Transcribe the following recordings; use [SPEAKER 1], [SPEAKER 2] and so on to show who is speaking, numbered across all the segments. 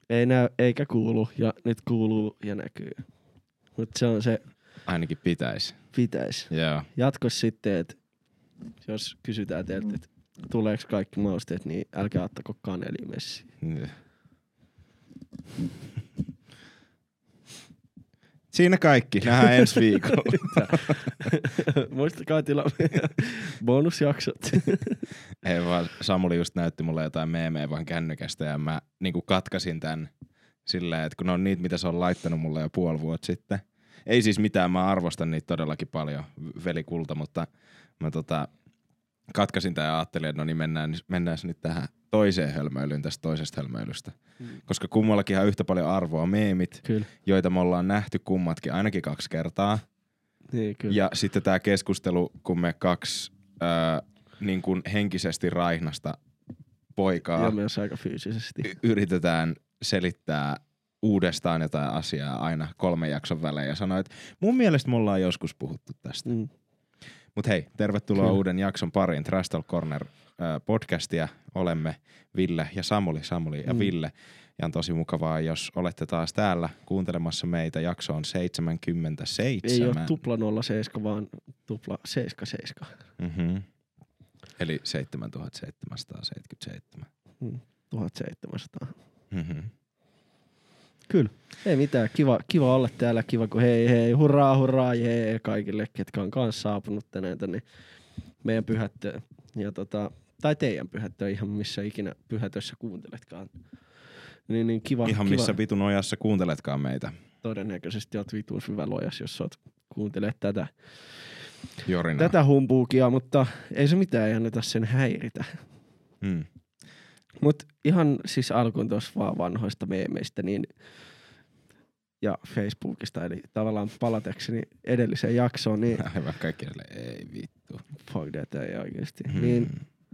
[SPEAKER 1] Ei näy eikä kuulu ja nyt kuuluu ja näkyy. Mutta se on se.
[SPEAKER 2] Ainakin pitäisi. Joo.
[SPEAKER 1] Jatkos sitten, että jos kysytään teiltä, että tuleeko kaikki mausteet, niin älkää ottako kanelimessiä.
[SPEAKER 2] Siinä kaikki. Nähdään ensi viikolla.
[SPEAKER 1] Muistakaa tilaa meidän bonusjaksot.
[SPEAKER 2] Ei vaan, Samuli just näytti mulle jotain meemejä vaan kännykästä ja mä niinku katkasin tän silleen, että kun ne on niitä, mitä se on laittanut mulle jo puoli vuotta sitten. Ei siis mitään, mä arvostan niitä todellakin paljon, velikulta, mutta mä katkasin tää ja ajattelin, että no niin mennään nyt tähän toiseen hölmöilyyn tästä toisesta hölmöilystä. Koska kummallakin on yhtä paljon arvoa meemit,
[SPEAKER 1] Kyllä.
[SPEAKER 2] joita me ollaan nähty kummatkin ainakin 2 kertaa.
[SPEAKER 1] Niin, kyllä.
[SPEAKER 2] Ja sitten tää keskustelu, kun me 2 niin kuin henkisesti raihnasta poikaa
[SPEAKER 1] ja myös aika fyysisesti
[SPEAKER 2] yritetään selittää uudestaan jotain asiaa aina 3 jakson välein ja sanoo, että mun mielestä me ollaan joskus puhuttu tästä. Mut hei, tervetuloa uuden jakson pariin Trash Talk Corner podcastia. Olemme Ville ja Samuli ja Ville. Ja on tosi mukavaa, jos olette taas täällä kuuntelemassa meitä. Jakso on 77.
[SPEAKER 1] Ei ole tupla 07, vaan tupla 77.
[SPEAKER 2] Eli 7777.
[SPEAKER 1] 1700.
[SPEAKER 2] Mm-hmm.
[SPEAKER 1] Kyllä. Ei mitään. Kiva olla täällä. Kiva, kun hei, hurraa, jee kaikille, ketkä on kanssa saapunut tänään tänne meidän pyhättöön. Ja tai teidän pyhättöön, ihan missä ikinä pyhätössä kuunteletkaan. Niin kiva.
[SPEAKER 2] Ihan missä vitun ojassa kuunteletkaan meitä.
[SPEAKER 1] Todennäköisesti oot vitun syvä lojas, jos oot kuuntelet tätä.
[SPEAKER 2] Jorinaa.
[SPEAKER 1] Tätä humpuukia, mutta ei se mitään, ei anneta sen häiritä. Mut ihan siis alkuun tuossa vaan vanhoista meemeistä niin, ja Facebookista, eli tavallaan palatakseni edelliseen jaksoon, niin
[SPEAKER 2] aivan kaikki ei vittu.
[SPEAKER 1] Fuck that, ei oikeesti. Niin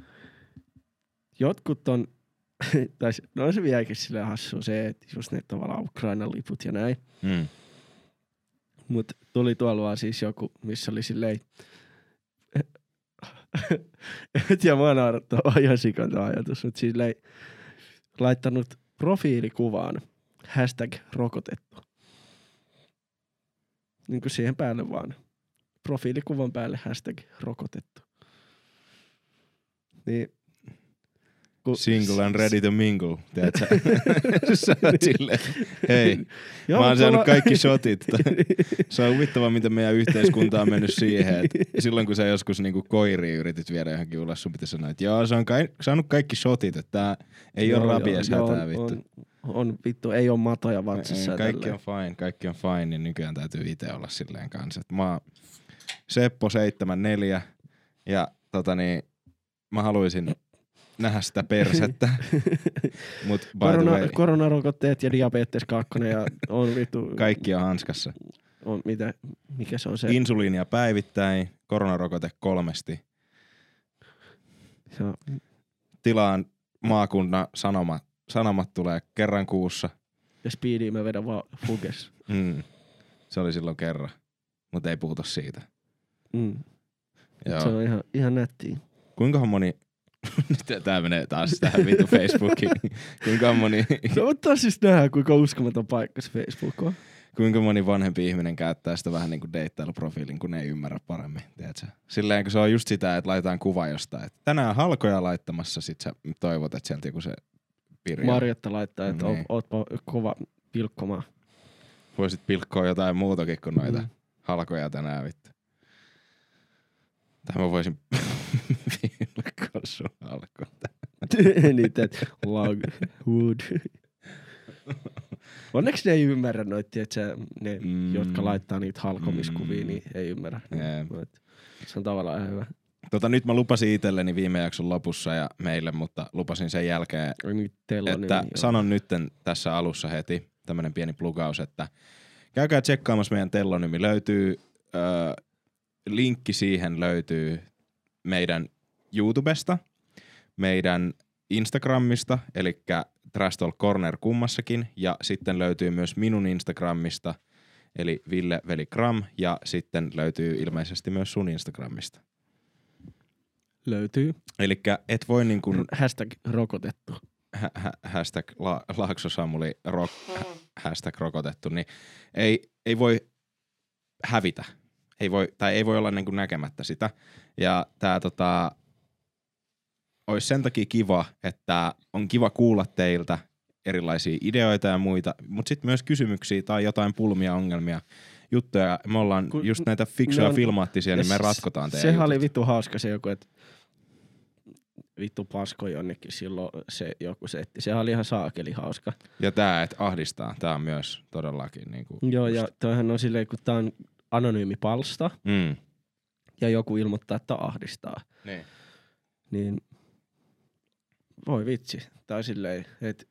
[SPEAKER 1] jotkut on, tai no se vieläkin silleen hassua se, että just ne tavallaan Ukrainan liput ja näin. Mut tuli tuolla vaan siis joku, missä oli silleen, et ja mua naurattaa ihan sikanta ajatus, mutta silleen laittanut profiilikuvaan #rokotettu. Niin kuin siihen päälle vaan. Profiilikuvan päälle #rokotettu. Niin.
[SPEAKER 2] Single and ready to mingle, tiedätkö? Sä oot silleen, hei, mä oon saanut kaikki shotit. Se on huvittavaa, miten meidän yhteiskunta on mennyt siihen, että silloin kun sä joskus niinku koiriin yritit viedä johonkin ulos, sun pitäisi sanoa, että joo, se on saanut kaikki shotit, että tää ei ole rabies hätää vittu.
[SPEAKER 1] On vittu, ei oo matoja vatsassa.
[SPEAKER 2] Kaikki on fine, niin nykyään täytyy itse olla silleen kanssa. Mä oon Seppo 74 ja mä haluaisin nähdä sitä persettä. Mut
[SPEAKER 1] koronarokotteet ja diabetes 2 ja on vittu.
[SPEAKER 2] Kaikki on hanskassa.
[SPEAKER 1] On mikä se on se?
[SPEAKER 2] Insuliinia päivittäin, koronarokote 3. Tilaan maakunnan sanomat tulee kerran kuussa.
[SPEAKER 1] Ja speediin mä vedän vaan fuges.
[SPEAKER 2] Se oli silloin kerran, mutta ei puhuta siitä.
[SPEAKER 1] Se on ihan nättiä.
[SPEAKER 2] Kuinkahan moni nyt tää menee taas tähän vitu Facebookiin. Kuinka moni
[SPEAKER 1] no mutta siis nähdään, kuinka uskomaton paikka se Facebook on.
[SPEAKER 2] Kuinka moni vanhempi ihminen käyttää sitä vähän niinku deittailuprofiilin, kun ne ei ymmärrä paremmin, tiedätkö? Silleen, kun se on just sitä, että laitetaan kuva jostain. Että tänään halkoja laittamassa, sit sä toivot, että sieltä joku se Pirja.
[SPEAKER 1] Marjatta laittaa, että ootpa kova pilkkomaan.
[SPEAKER 2] Voisit pilkkoa jotain muutakin kuin noita halkoja tänään vittu. Tai mä voisin pilkkoa sun halkoa tänään.
[SPEAKER 1] Niitä, log, wood. Onneksi ne ei ymmärrä noita, että ne, jotka laittaa niitä halkomiskuvia, niin ei ymmärrä. Se on tavallaan ihan hyvä.
[SPEAKER 2] Nyt mä lupasin itselleni viime jakson lopussa ja meille, mutta lupasin sen jälkeen, että sanon nytten tässä alussa heti tämmönen pieni plugaus, että käykää tsekkaamassa meidän Tellonymi. Löytyy, linkki siihen löytyy meidän YouTubesta, meidän Instagramista, eli Trash Talk Corner kummassakin, ja sitten löytyy myös minun Instagramista, eli Ville Veligram, ja sitten löytyy ilmeisesti myös sun Instagramista.
[SPEAKER 1] Löytyy.
[SPEAKER 2] Elikkä et voi niin kuin
[SPEAKER 1] #rokotettu.
[SPEAKER 2] hashtag Laakso-Samuli hashtag rokotettu, niin ei voi hävitä. Ei voi olla niin kuin näkemättä sitä. Ja tää olisi sen takia kiva, että on kiva kuulla teiltä erilaisia ideoita ja muita, mutta sitten myös kysymyksiä tai jotain pulmia, ongelmia, juttuja. Me ollaan just näitä fiksuja filmaattisia, niin me ratkotaan teidän
[SPEAKER 1] Sehän oli vittu hauska se joku, että vittu pasko jonnekin silloin se joku setti. Sehän oli ihan saakeli hauska.
[SPEAKER 2] Ja tää, että ahdistaa, tää on myös todellakin niinku.
[SPEAKER 1] Joo, ja toihan on silleen, kun tää on anonyymi palsta, ja joku ilmoittaa, että ahdistaa. Niin voi vitsi. Tai silleen, että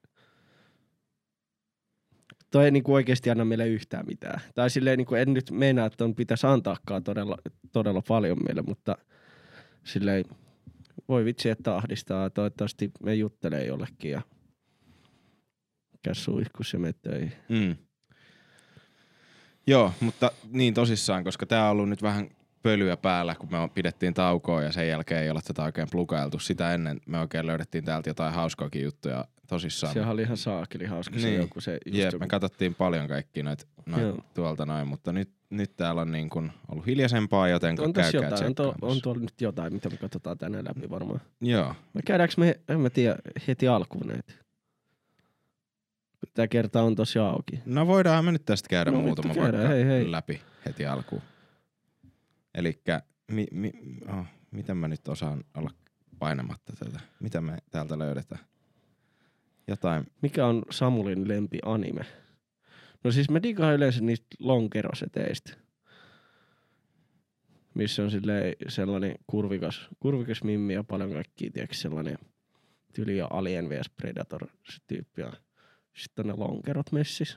[SPEAKER 1] toi ei niinku oikeesti anna meille yhtään mitään. Tai silleen, niinku en nyt meinaa, että on pitäisi antaakaan todella paljon meille, mutta silleen voi vitsi, että ahdistaa. Toivottavasti me juttelee jollekin ja käy suihkussa ja mene töihin.
[SPEAKER 2] Joo, mutta niin tosissaan, koska tää on ollut nyt vähän pölyä päällä, kun me pidettiin taukoa ja sen jälkeen ei olla tätä oikein plukailtu. Sitä ennen me oikein löydettiin täältä jotain hauskaakin juttuja tosissaan.
[SPEAKER 1] Sehän oli ihan saakeli hauska
[SPEAKER 2] niin.
[SPEAKER 1] se joku se.
[SPEAKER 2] Jep, me katsottiin paljon kaikki noit tuolta noin, mutta nyt täällä on niin kuin ollut hiljaisempaa, joten käykää tsekkaamassa.
[SPEAKER 1] On tuolla nyt jotain, mitä me katsotaan tänään läpi varmaan.
[SPEAKER 2] Joo.
[SPEAKER 1] Me käydäänkö me, en mä tiedä, heti alkuun näitä? Tää kerta on tosi auki.
[SPEAKER 2] No voidaan me nyt tästä käydä muutama vaikka läpi heti alkuun. Elikkä, miten mä nyt osaan olla painamatta tätä? Mitä me täältä löydetään? Jotain.
[SPEAKER 1] Mikä on Samulin lempi anime? No siis mä digaan yleensä niistä lonkeroseteistä. Missä on sellainen kurvikas mimmi ja paljon kaikkia, tiedätkö, sellainen tyli ja Alien vs Predator tyyppi. Ja sitten on ne lonkerot messissä.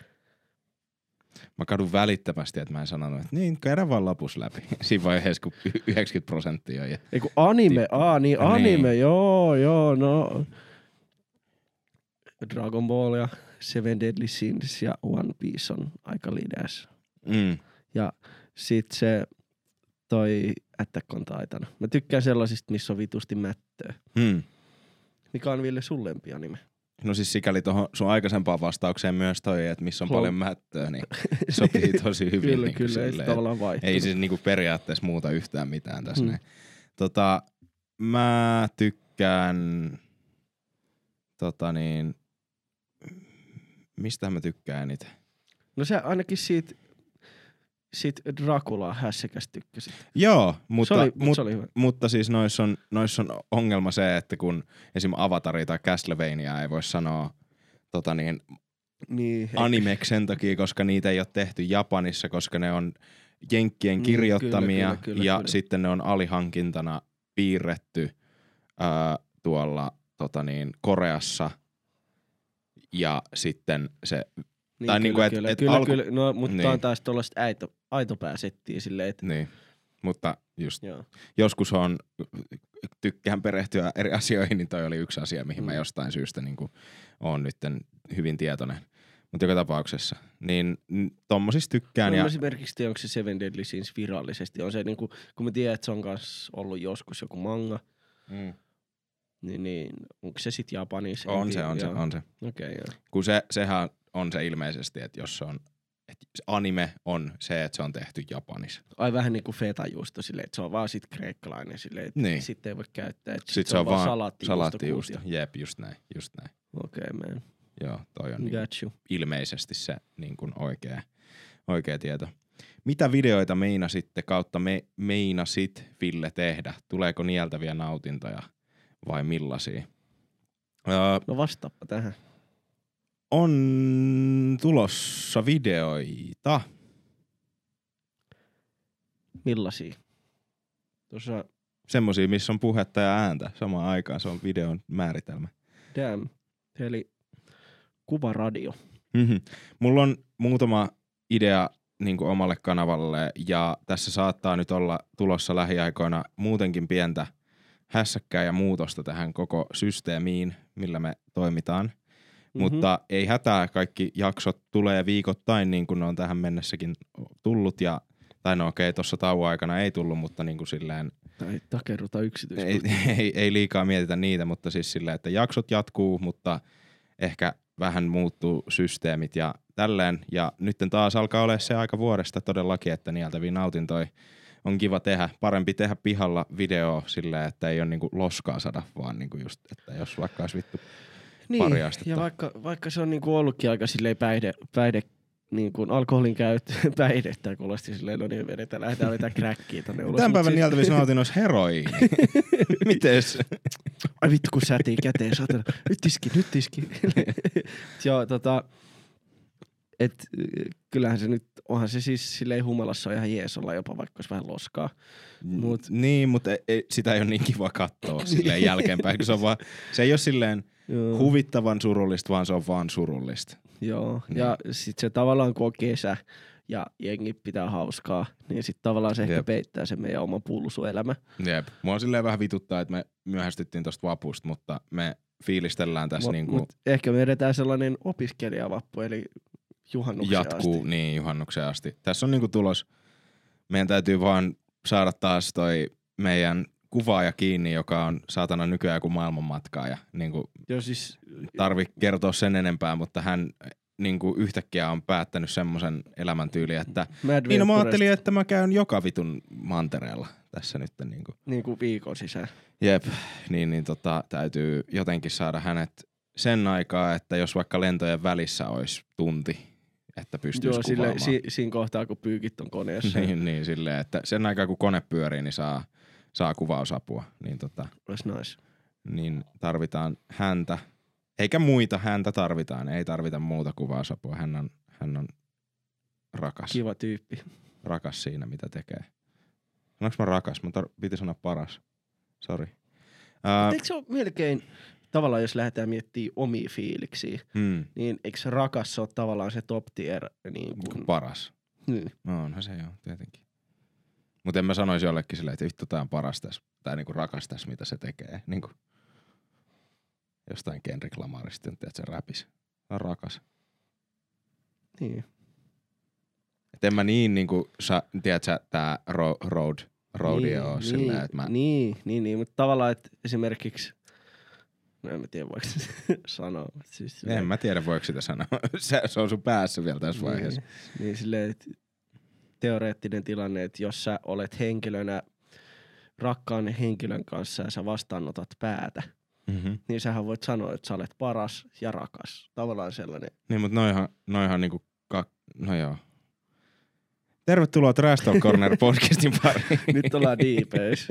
[SPEAKER 2] Mä kadun välittömästi, että mä en sanonut, että niin, käydään vaan lapus läpi. Siinä vaiheessa, kun 90% on.
[SPEAKER 1] Ei kun anime, anime, joo, no. Dragon Ball ja Seven Deadly Sins ja One Piece on aika lides. Ja sit se toi Attack on Titan. Mä tykkään sellaisista, missä on vitusti mättöä. Mikä on Ville sun lempi anime?
[SPEAKER 2] No siis sikäli tuohon sun aikaisempaan vastaukseen myös toi, että missä on paljon mättöä, niin sopii tosi hyvin.
[SPEAKER 1] Kyllä,
[SPEAKER 2] niin
[SPEAKER 1] kyllä, ei tavallaan vaihtunut.
[SPEAKER 2] Ei siis niinku periaatteessa muuta yhtään mitään tässä näin. Mä tykkään, mistä mä tykkään eniten?
[SPEAKER 1] No sä ainakin siitä Draculaa hässäkästä tykkäsit.
[SPEAKER 2] Joo,
[SPEAKER 1] mutta
[SPEAKER 2] siis noissa on ongelma se, että kun esim. Avataria tai Castlevania ei voi sanoa animeksi sen takia, koska niitä ei ole tehty Japanissa, koska ne on jenkkien kirjoittamia kyllä. Sitten ne on alihankintana piirretty tuolla Koreassa ja sitten se
[SPEAKER 1] kyllä. No, mutta niin. On taas tuollaista aitopääsettiä silleen, että
[SPEAKER 2] niin. Mutta just joskus tykkään perehtyä eri asioihin, niin toi oli yksi asia, mihin mä jostain syystä niin oon nyt hyvin tietoinen. Mutta joka tapauksessa, niin tommosista tykkään.
[SPEAKER 1] No esimerkiksi onko se Seven Deadly Sins virallisesti? On se niinku, kun mä tiedän, että se on kanssa ollut joskus joku manga, niin onko se sit Japanissa?
[SPEAKER 2] On se.
[SPEAKER 1] Okei, joo.
[SPEAKER 2] Kun sehän on se ilmeisesti, että jos se on, että anime on se, että se on tehty Japanissa.
[SPEAKER 1] Ai vähän niinku fetajuusto silleen, että se on vaan sit kreikkalainen silleen, että niin. Sitten ei voi käyttää. Että
[SPEAKER 2] sit se on vaan salaattijuusto. Jep, just näin.
[SPEAKER 1] Okei, man.
[SPEAKER 2] Joo, toi on niin ilmeisesti se niin kuin oikea tieto. Mitä videoita meinasit Ville tehdä? Tuleeko nieltäviä nautintoja vai millaisia?
[SPEAKER 1] No vastaappa tähän.
[SPEAKER 2] On tulossa videoita.
[SPEAKER 1] Millaisia? Tuossa
[SPEAKER 2] semmosia, missä on puhetta ja ääntä samaan aikaan. Se on videon määritelmä.
[SPEAKER 1] Damn. Eli kuvaradio.
[SPEAKER 2] Mulla on muutama idea niin kuin omalle kanavalle ja tässä saattaa nyt olla tulossa lähiaikoina muutenkin pientä hässäkkää ja muutosta tähän koko systeemiin, millä me toimitaan. Mutta ei hätää, kaikki jaksot tulee viikoittain niin kuin ne on tähän mennessäkin tullut. Tai no okei, tuossa tauon aikana ei tullut, mutta niin kuin silleen
[SPEAKER 1] Tai takerruta yksityiskohtia.
[SPEAKER 2] Ei liikaa mietitä niitä, mutta siis silleen, että jaksot jatkuu, mutta ehkä vähän muuttuu systeemit ja tälleen. Ja nyt taas alkaa olla se aika vuodesta todellakin, että nieltäviä nautintoja on kiva tehdä. Parempi tehdä pihalla video silleen, että ei ole niinku loskaa saada, vaan niinku just, että jos vaikka olisi vittu pari astetta.
[SPEAKER 1] Ja vaikka se on niinku ollutkin aika silleen päihde niin kuin alkoholin käyttö, päihdettä kuulosti silleen, no niin lähdetään vetämään crackia tonne ulos.
[SPEAKER 2] Tämän päivän nieltävissä nautinnoissa heroiini. Mites?
[SPEAKER 1] Ai vittu kun sätii käteen, saatana. Nyt tiski. Joo, kyllähän se nyt, onhan se siis silleen humalassa on ihan jees olla jopa vaikka olisi vähän loskaa.
[SPEAKER 2] Niin, mutta sitä ei ole niin kiva katsoa silleen jälkeenpäin, kun se ei ole silleen huvittavan surullista, vaan se on vaan surullista.
[SPEAKER 1] Joo, ja sit se tavallaan kun on kesä ja jengi pitää hauskaa, niin sit tavallaan se ehkä peittää sen meidän oma pulsuelämä.
[SPEAKER 2] Jep, mua on silleen vähän vituttaa, että me myöhästyttiin tosta vapusta, mutta me fiilistellään tässä
[SPEAKER 1] Mut ehkä me edetään sellainen opiskelijavappu, eli juhannukseen
[SPEAKER 2] jatkuu,
[SPEAKER 1] asti.
[SPEAKER 2] Niin, juhannukseen asti. Tässä on niinku tulos, meidän täytyy vaan saada taas toi meidän kuvaaja kiinni, joka on saatana nykyään joku maailmanmatkaaja. Niinku,
[SPEAKER 1] siis
[SPEAKER 2] tarvi kertoa sen enempää, mutta hän niinku yhtäkkiä on päättänyt semmoisen elämäntyyli, että niin mä ajattelin, että mä käyn joka vitun mantereella tässä nyt.
[SPEAKER 1] Niinku viikon sisään.
[SPEAKER 2] Jep, niin täytyy jotenkin saada hänet sen aikaa, että jos vaikka lentojen välissä olisi tunti, että pystyisi kuvaamaan.
[SPEAKER 1] Siinä kohtaa, kun pyykit on koneessa.
[SPEAKER 2] niin, silleen, että sen aikaa kun kone pyörii, niin saa kuvausapua. Niin
[SPEAKER 1] olisi nice.
[SPEAKER 2] Niin tarvitaan häntä. Eikä muita, häntä tarvitaan. Ei tarvita muuta kuvausapua. Hän on rakas.
[SPEAKER 1] Kiva tyyppi.
[SPEAKER 2] Rakas siinä, mitä tekee. Sanoinko mä rakas? Mun piti sanoa paras. Sori.
[SPEAKER 1] Eikö se ole melkein, tavallaan jos lähdetään miettimään omia fiiliksiä, niin eikö rakas ole tavallaan se top tier? Niin kuin
[SPEAKER 2] paras.
[SPEAKER 1] Niin.
[SPEAKER 2] No onhan se joo, tietenkin. Mutta en mä sanoisi jollekin silleen, että vittu tää on paras tässä, tai niinku rakas tässä, mitä se tekee. Niinku jostain Kendrick Lamarista, että se räpis. On rakas.
[SPEAKER 1] Niin.
[SPEAKER 2] Et en mä niinku, tiedät sä, tää rodeo on silleen, että mä...
[SPEAKER 1] Niin, mutta tavallaan, että esimerkiksi, no en mä tiedä voiko sanoa. Siis
[SPEAKER 2] en mä tiedä voiko sitä sanoa. se on sun päässä vielä tässä vaiheessa.
[SPEAKER 1] Niin silleen, että teoreettinen tilanne, että jos sä olet henkilönä rakkaan henkilön kanssa ja sä vastaanotat päätä, niin sähän voit sanoa, että sä olet paras ja rakas. Tavallaan sellainen.
[SPEAKER 2] Niin, mutta noihan niinku, no joo. Tervetuloa Trash Talk Corner podcastin pariin.
[SPEAKER 1] Nyt ollaan diipeis.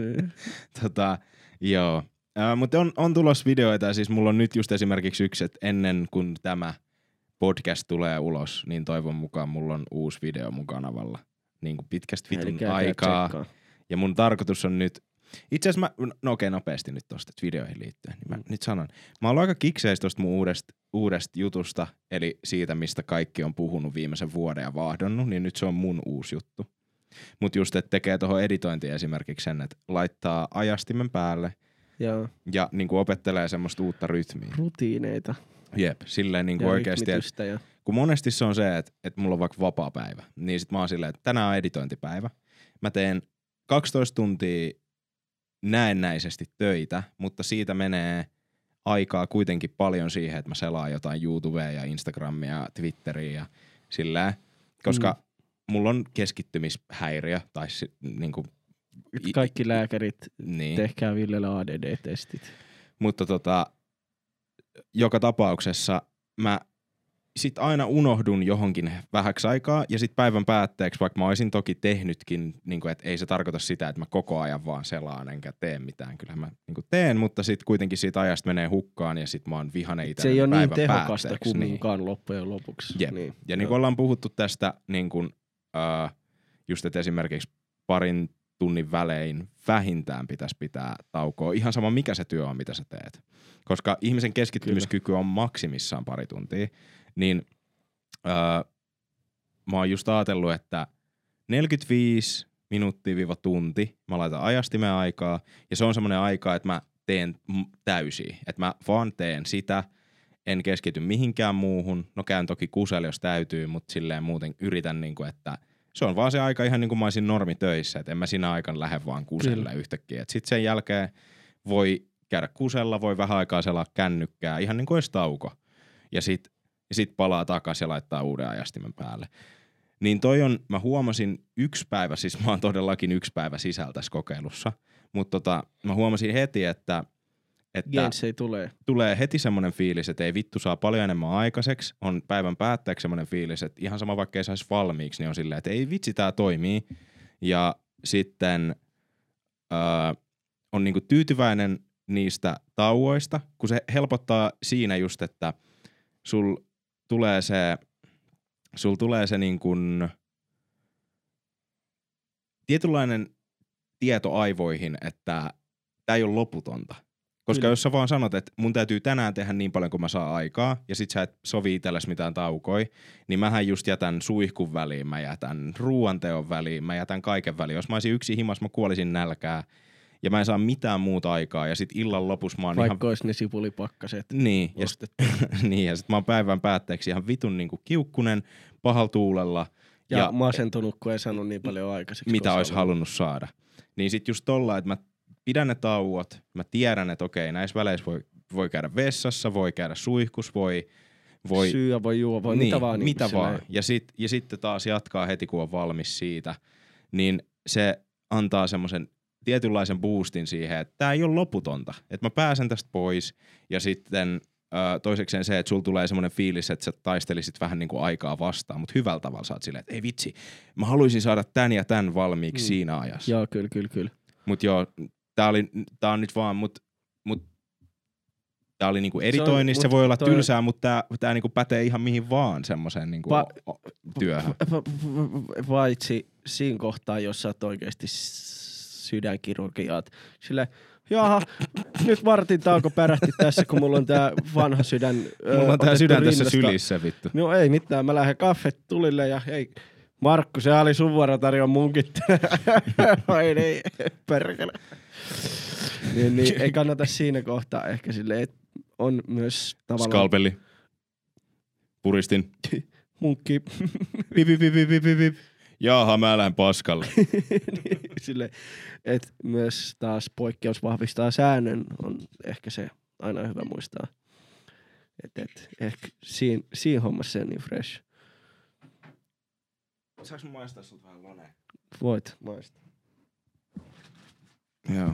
[SPEAKER 2] Joo. Mutta on tulossa videoita ja siis mulla on nyt just esimerkiksi yksi, että ennen kuin tämä podcast tulee ulos, niin toivon mukaan mulla on uusi video mun kanavalla. Niin kuin pitkästä vitun aikaa. Tsekkaa. Ja mun tarkoitus on nyt, itse asiassa nopeasti nyt tosta videoihin liittyen, niin mä nyt sanon. Mä oon ollut aika kikseis tosta mun uudesta jutusta, eli siitä, mistä kaikki on puhunut viimeisen vuoden ja vaahdonnut, niin nyt se on mun uusi juttu. Mut just, että tekee tohon editointiin esimerkiksi sen, että laittaa ajastimen päälle ja niin kuin opettelee semmoista uutta rytmiä.
[SPEAKER 1] Rutiineita.
[SPEAKER 2] Jep, silleen niin kuin oikeesti, että kun monesti se on se, että mulla on vaikka vapaa päivä, niin sit mä oon silleen, että tänään on editointipäivä. Mä teen 12 tuntia näennäisesti töitä, mutta siitä menee aikaa kuitenkin paljon siihen, että mä selaan jotain YouTubea ja Instagramia ja Twitteriä ja sillä, koska mulla on keskittymishäiriö tai niinku
[SPEAKER 1] kaikki lääkärit tehkää Villelle ADD-testit.
[SPEAKER 2] Mutta joka tapauksessa mä sit aina unohdun johonkin vähäksi aikaa ja sit päivän päätteeksi, vaikka mä olisin toki tehnytkin, niin kuin, että ei se tarkoita sitä, että mä koko ajan vaan selaan enkä tee mitään. Kyllähän mä niin kuin teen, mutta sit kuitenkin siitä ajasta menee hukkaan ja sit mä oon vihane itse.
[SPEAKER 1] Se ei ole niin tehokasta kumminkaan loppujen lopuksi.
[SPEAKER 2] Jep. Niin. Ja niin kuin ollaan puhuttu tästä, niin kuin, just että esimerkiksi parin tunnin välein vähintään pitäisi pitää taukoa. Ihan sama mikä se työ on, mitä sä teet. Koska ihmisen keskittymiskyky on maksimissaan pari tuntia. Niin mä oon just ajatellut, että 45 minuuttia-tunti mä laitan ajastimen aikaa. Ja se on semmoinen aika, että mä teen täysiä. Että mä vaan teen sitä, en keskity mihinkään muuhun. No käyn toki kusella, jos täytyy, mutta silleen muuten yritän, niin kuin, että se on vaan se aika ihan niin kuin mä olisin normitöissä, että en mä siinä aikana lähde vaan kuselle yhtäkkiä. Sitten sen jälkeen voi käydä kusella, voi vähän aikaa selaa kännykkää, ihan niin kuin olisi tauko. Ja sit palaa takaisin ja laittaa uuden ajastimen päälle. Niin mä huomasin yksi päivä, siis mä oon todellakin yksi päivä sisällä tässä kokeilussa, mutta mä huomasin heti, että
[SPEAKER 1] Jensei
[SPEAKER 2] tulee heti semmoinen fiilis, että ei vittu saa paljon enemmän aikaiseksi, on päivän päätteeksi semmoinen fiilis, että ihan sama vaikka ei saisi valmiiksi, niin on silleen, että ei vitsi tää toimii. Ja sitten on niinku tyytyväinen niistä tauoista, kun se helpottaa siinä just, että sul tulee se niin kuin tietynlainen tieto aivoihin, että tää ei ole loputonta. Koska jos sä vaan sanot, että mun täytyy tänään tehdä niin paljon kuin mä saan aikaa, ja sit sä et sovi itsellesi mitään taukoi, niin mähän just jätän suihkun väliin, mä jätän ruuanteon väliin, mä jätän kaiken väliin. Jos mä olisin yksin himas, mä kuolisin nälkää, ja mä en saa mitään muuta aikaa, ja sit illan lopussa mä oon
[SPEAKER 1] vaikka olisi ne sipulipakkaset.
[SPEAKER 2] Niin, ja sit mä oon päivän päätteeksi ihan vitun niinku kiukkunen, pahalla tuulella.
[SPEAKER 1] Ja masentunut, kun ei saanut niin paljon aikaiseksi.
[SPEAKER 2] Mitä olisi halunnut saada. Niin sit just tolla, että mä pidän ne tauot, mä tiedän, että okei, näissä väleissä voi käydä vessassa, voi käydä suihkus, voi
[SPEAKER 1] syyä, voi juo, voi
[SPEAKER 2] niin,
[SPEAKER 1] mitä vaan.
[SPEAKER 2] Mitä vaan. Ja sitten taas jatkaa heti, kun on valmis siitä. Niin se antaa semmoisen tietynlaisen boostin siihen, että tää ei ole loputonta. Että mä pääsen tästä pois ja sitten toisekseen se, että sulla tulee semmoinen fiilis, että sä taistelisit vähän niin kuin aikaa vastaan, mutta hyvällä tavalla sä oot silleen, että ei vitsi, mä haluaisin saada tän ja tän valmiiksi siinä ajassa.
[SPEAKER 1] Joo, kyllä.
[SPEAKER 2] Mut joo, tää on nyt vaan, mut tää oli niinku editoinnissa, se voi olla tylsää, mutta tää niinku pätee ihan mihin vaan semmoseen niinku työhön.
[SPEAKER 1] Paitsi siinä kohtaa, jos sä oot oikeesti sydänkirurgiaat. Silleen, jaha, nyt vartin tauko pärähti tässä, kun mulla on tää vanha sydän.
[SPEAKER 2] Mulla on tää sydän tässä sylissä, vittu.
[SPEAKER 1] No ei mitään, mä lähden kaffet tulille ja hei, Markku, se oli sun vuoro tarjoa munkit. Ai niin, perkele. niin, ei kannata siinä kohtaa ehkä silleen, että on myös tavallaan...
[SPEAKER 2] Skalpeli. Puristin.
[SPEAKER 1] Munkki.
[SPEAKER 2] Pip. Jaha, mä lähden paskalle.
[SPEAKER 1] Silleen, että myös taas poikkeus vahvistaa säännön on ehkä se aina hyvä muistaa. Että ehkä siinä hommassa se on niin fresh.
[SPEAKER 2] Saanko mä maistaa sulta vähän lonea?
[SPEAKER 1] Voit maistaa.
[SPEAKER 2] Joo.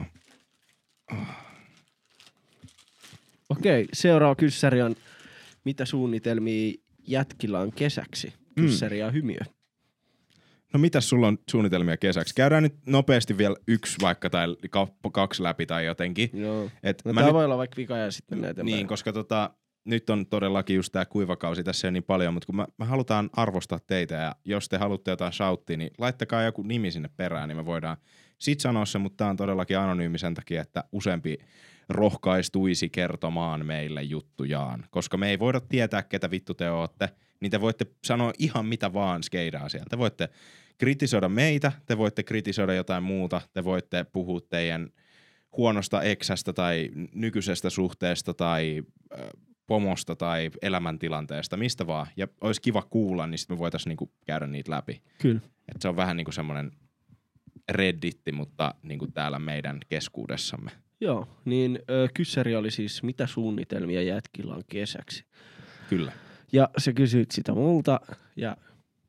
[SPEAKER 1] Okei, seuraava kyssäri on, mitä suunnitelmia jätkillä on kesäksi? Kyssäri ja hymiö.
[SPEAKER 2] No mitäs sulla on suunnitelmia kesäksi? Käydään nyt nopeasti vielä yksi vaikka tai kaksi läpi tai jotenkin.
[SPEAKER 1] Joo. Tää voi olla vaikka vika ja sitten mennään eteenpäin.
[SPEAKER 2] Niin, koska nyt on todellakin just tää kuivakausi, tässä ei niin paljon, mutta kun me halutaan arvostaa teitä ja jos te haluatte jotain shouttia, niin laittakaa joku nimi sinne perään, niin me voidaan sit sanoa se, mutta tää on todellakin anonyymi sen takia, että useampi rohkaistuisi kertomaan meille juttujaan, koska me ei voida tietää, ketä vittu te ootte, niin te voitte sanoa ihan mitä vaan skeidaa sieltä. Te voitte kritisoida meitä, te voitte kritisoida jotain muuta, te voitte puhua teidän huonosta eksästä tai nykyisestä suhteesta tai pomosta tai elämäntilanteesta, mistä vaan. Ja olisi kiva kuulla, niin sitten me voitaisiin niinku käydä niitä läpi.
[SPEAKER 1] Kyllä.
[SPEAKER 2] Et se on vähän niinku semmoinen redditti, mutta niinku täällä meidän keskuudessamme.
[SPEAKER 1] Joo, niin kyssäri oli siis, mitä suunnitelmia jätkillä on kesäksi?
[SPEAKER 2] Kyllä.
[SPEAKER 1] Ja sä kysyit sitä multa ja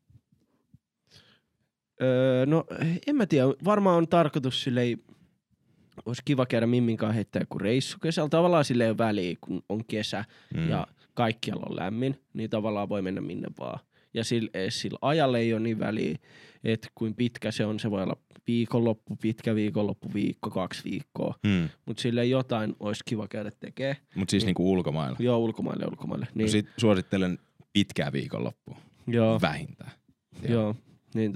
[SPEAKER 1] no en mä tiedä, varmaan on tarkoitus silleen, olisi kiva käydä Mimminkaan heittää joku reissu kesällä. Tavallaan silleen on väliä, kun on kesä ja kaikkialla on lämmin, niin tavallaan voi mennä minne vaan. Ja sillä ajalla ei ole niin väliä, että kuin pitkä se on. Se voi olla viikonloppu, pitkä viikonloppu, viikko, 2 viikkoa. Mutta silleen jotain olisi kiva käydä tekemään.
[SPEAKER 2] Mutta siis niinku ulkomailla?
[SPEAKER 1] Joo, ulkomaille. Niin.
[SPEAKER 2] No sit suosittelen pitkää viikonloppua.
[SPEAKER 1] Joo.
[SPEAKER 2] Vähintään.
[SPEAKER 1] Joo, niin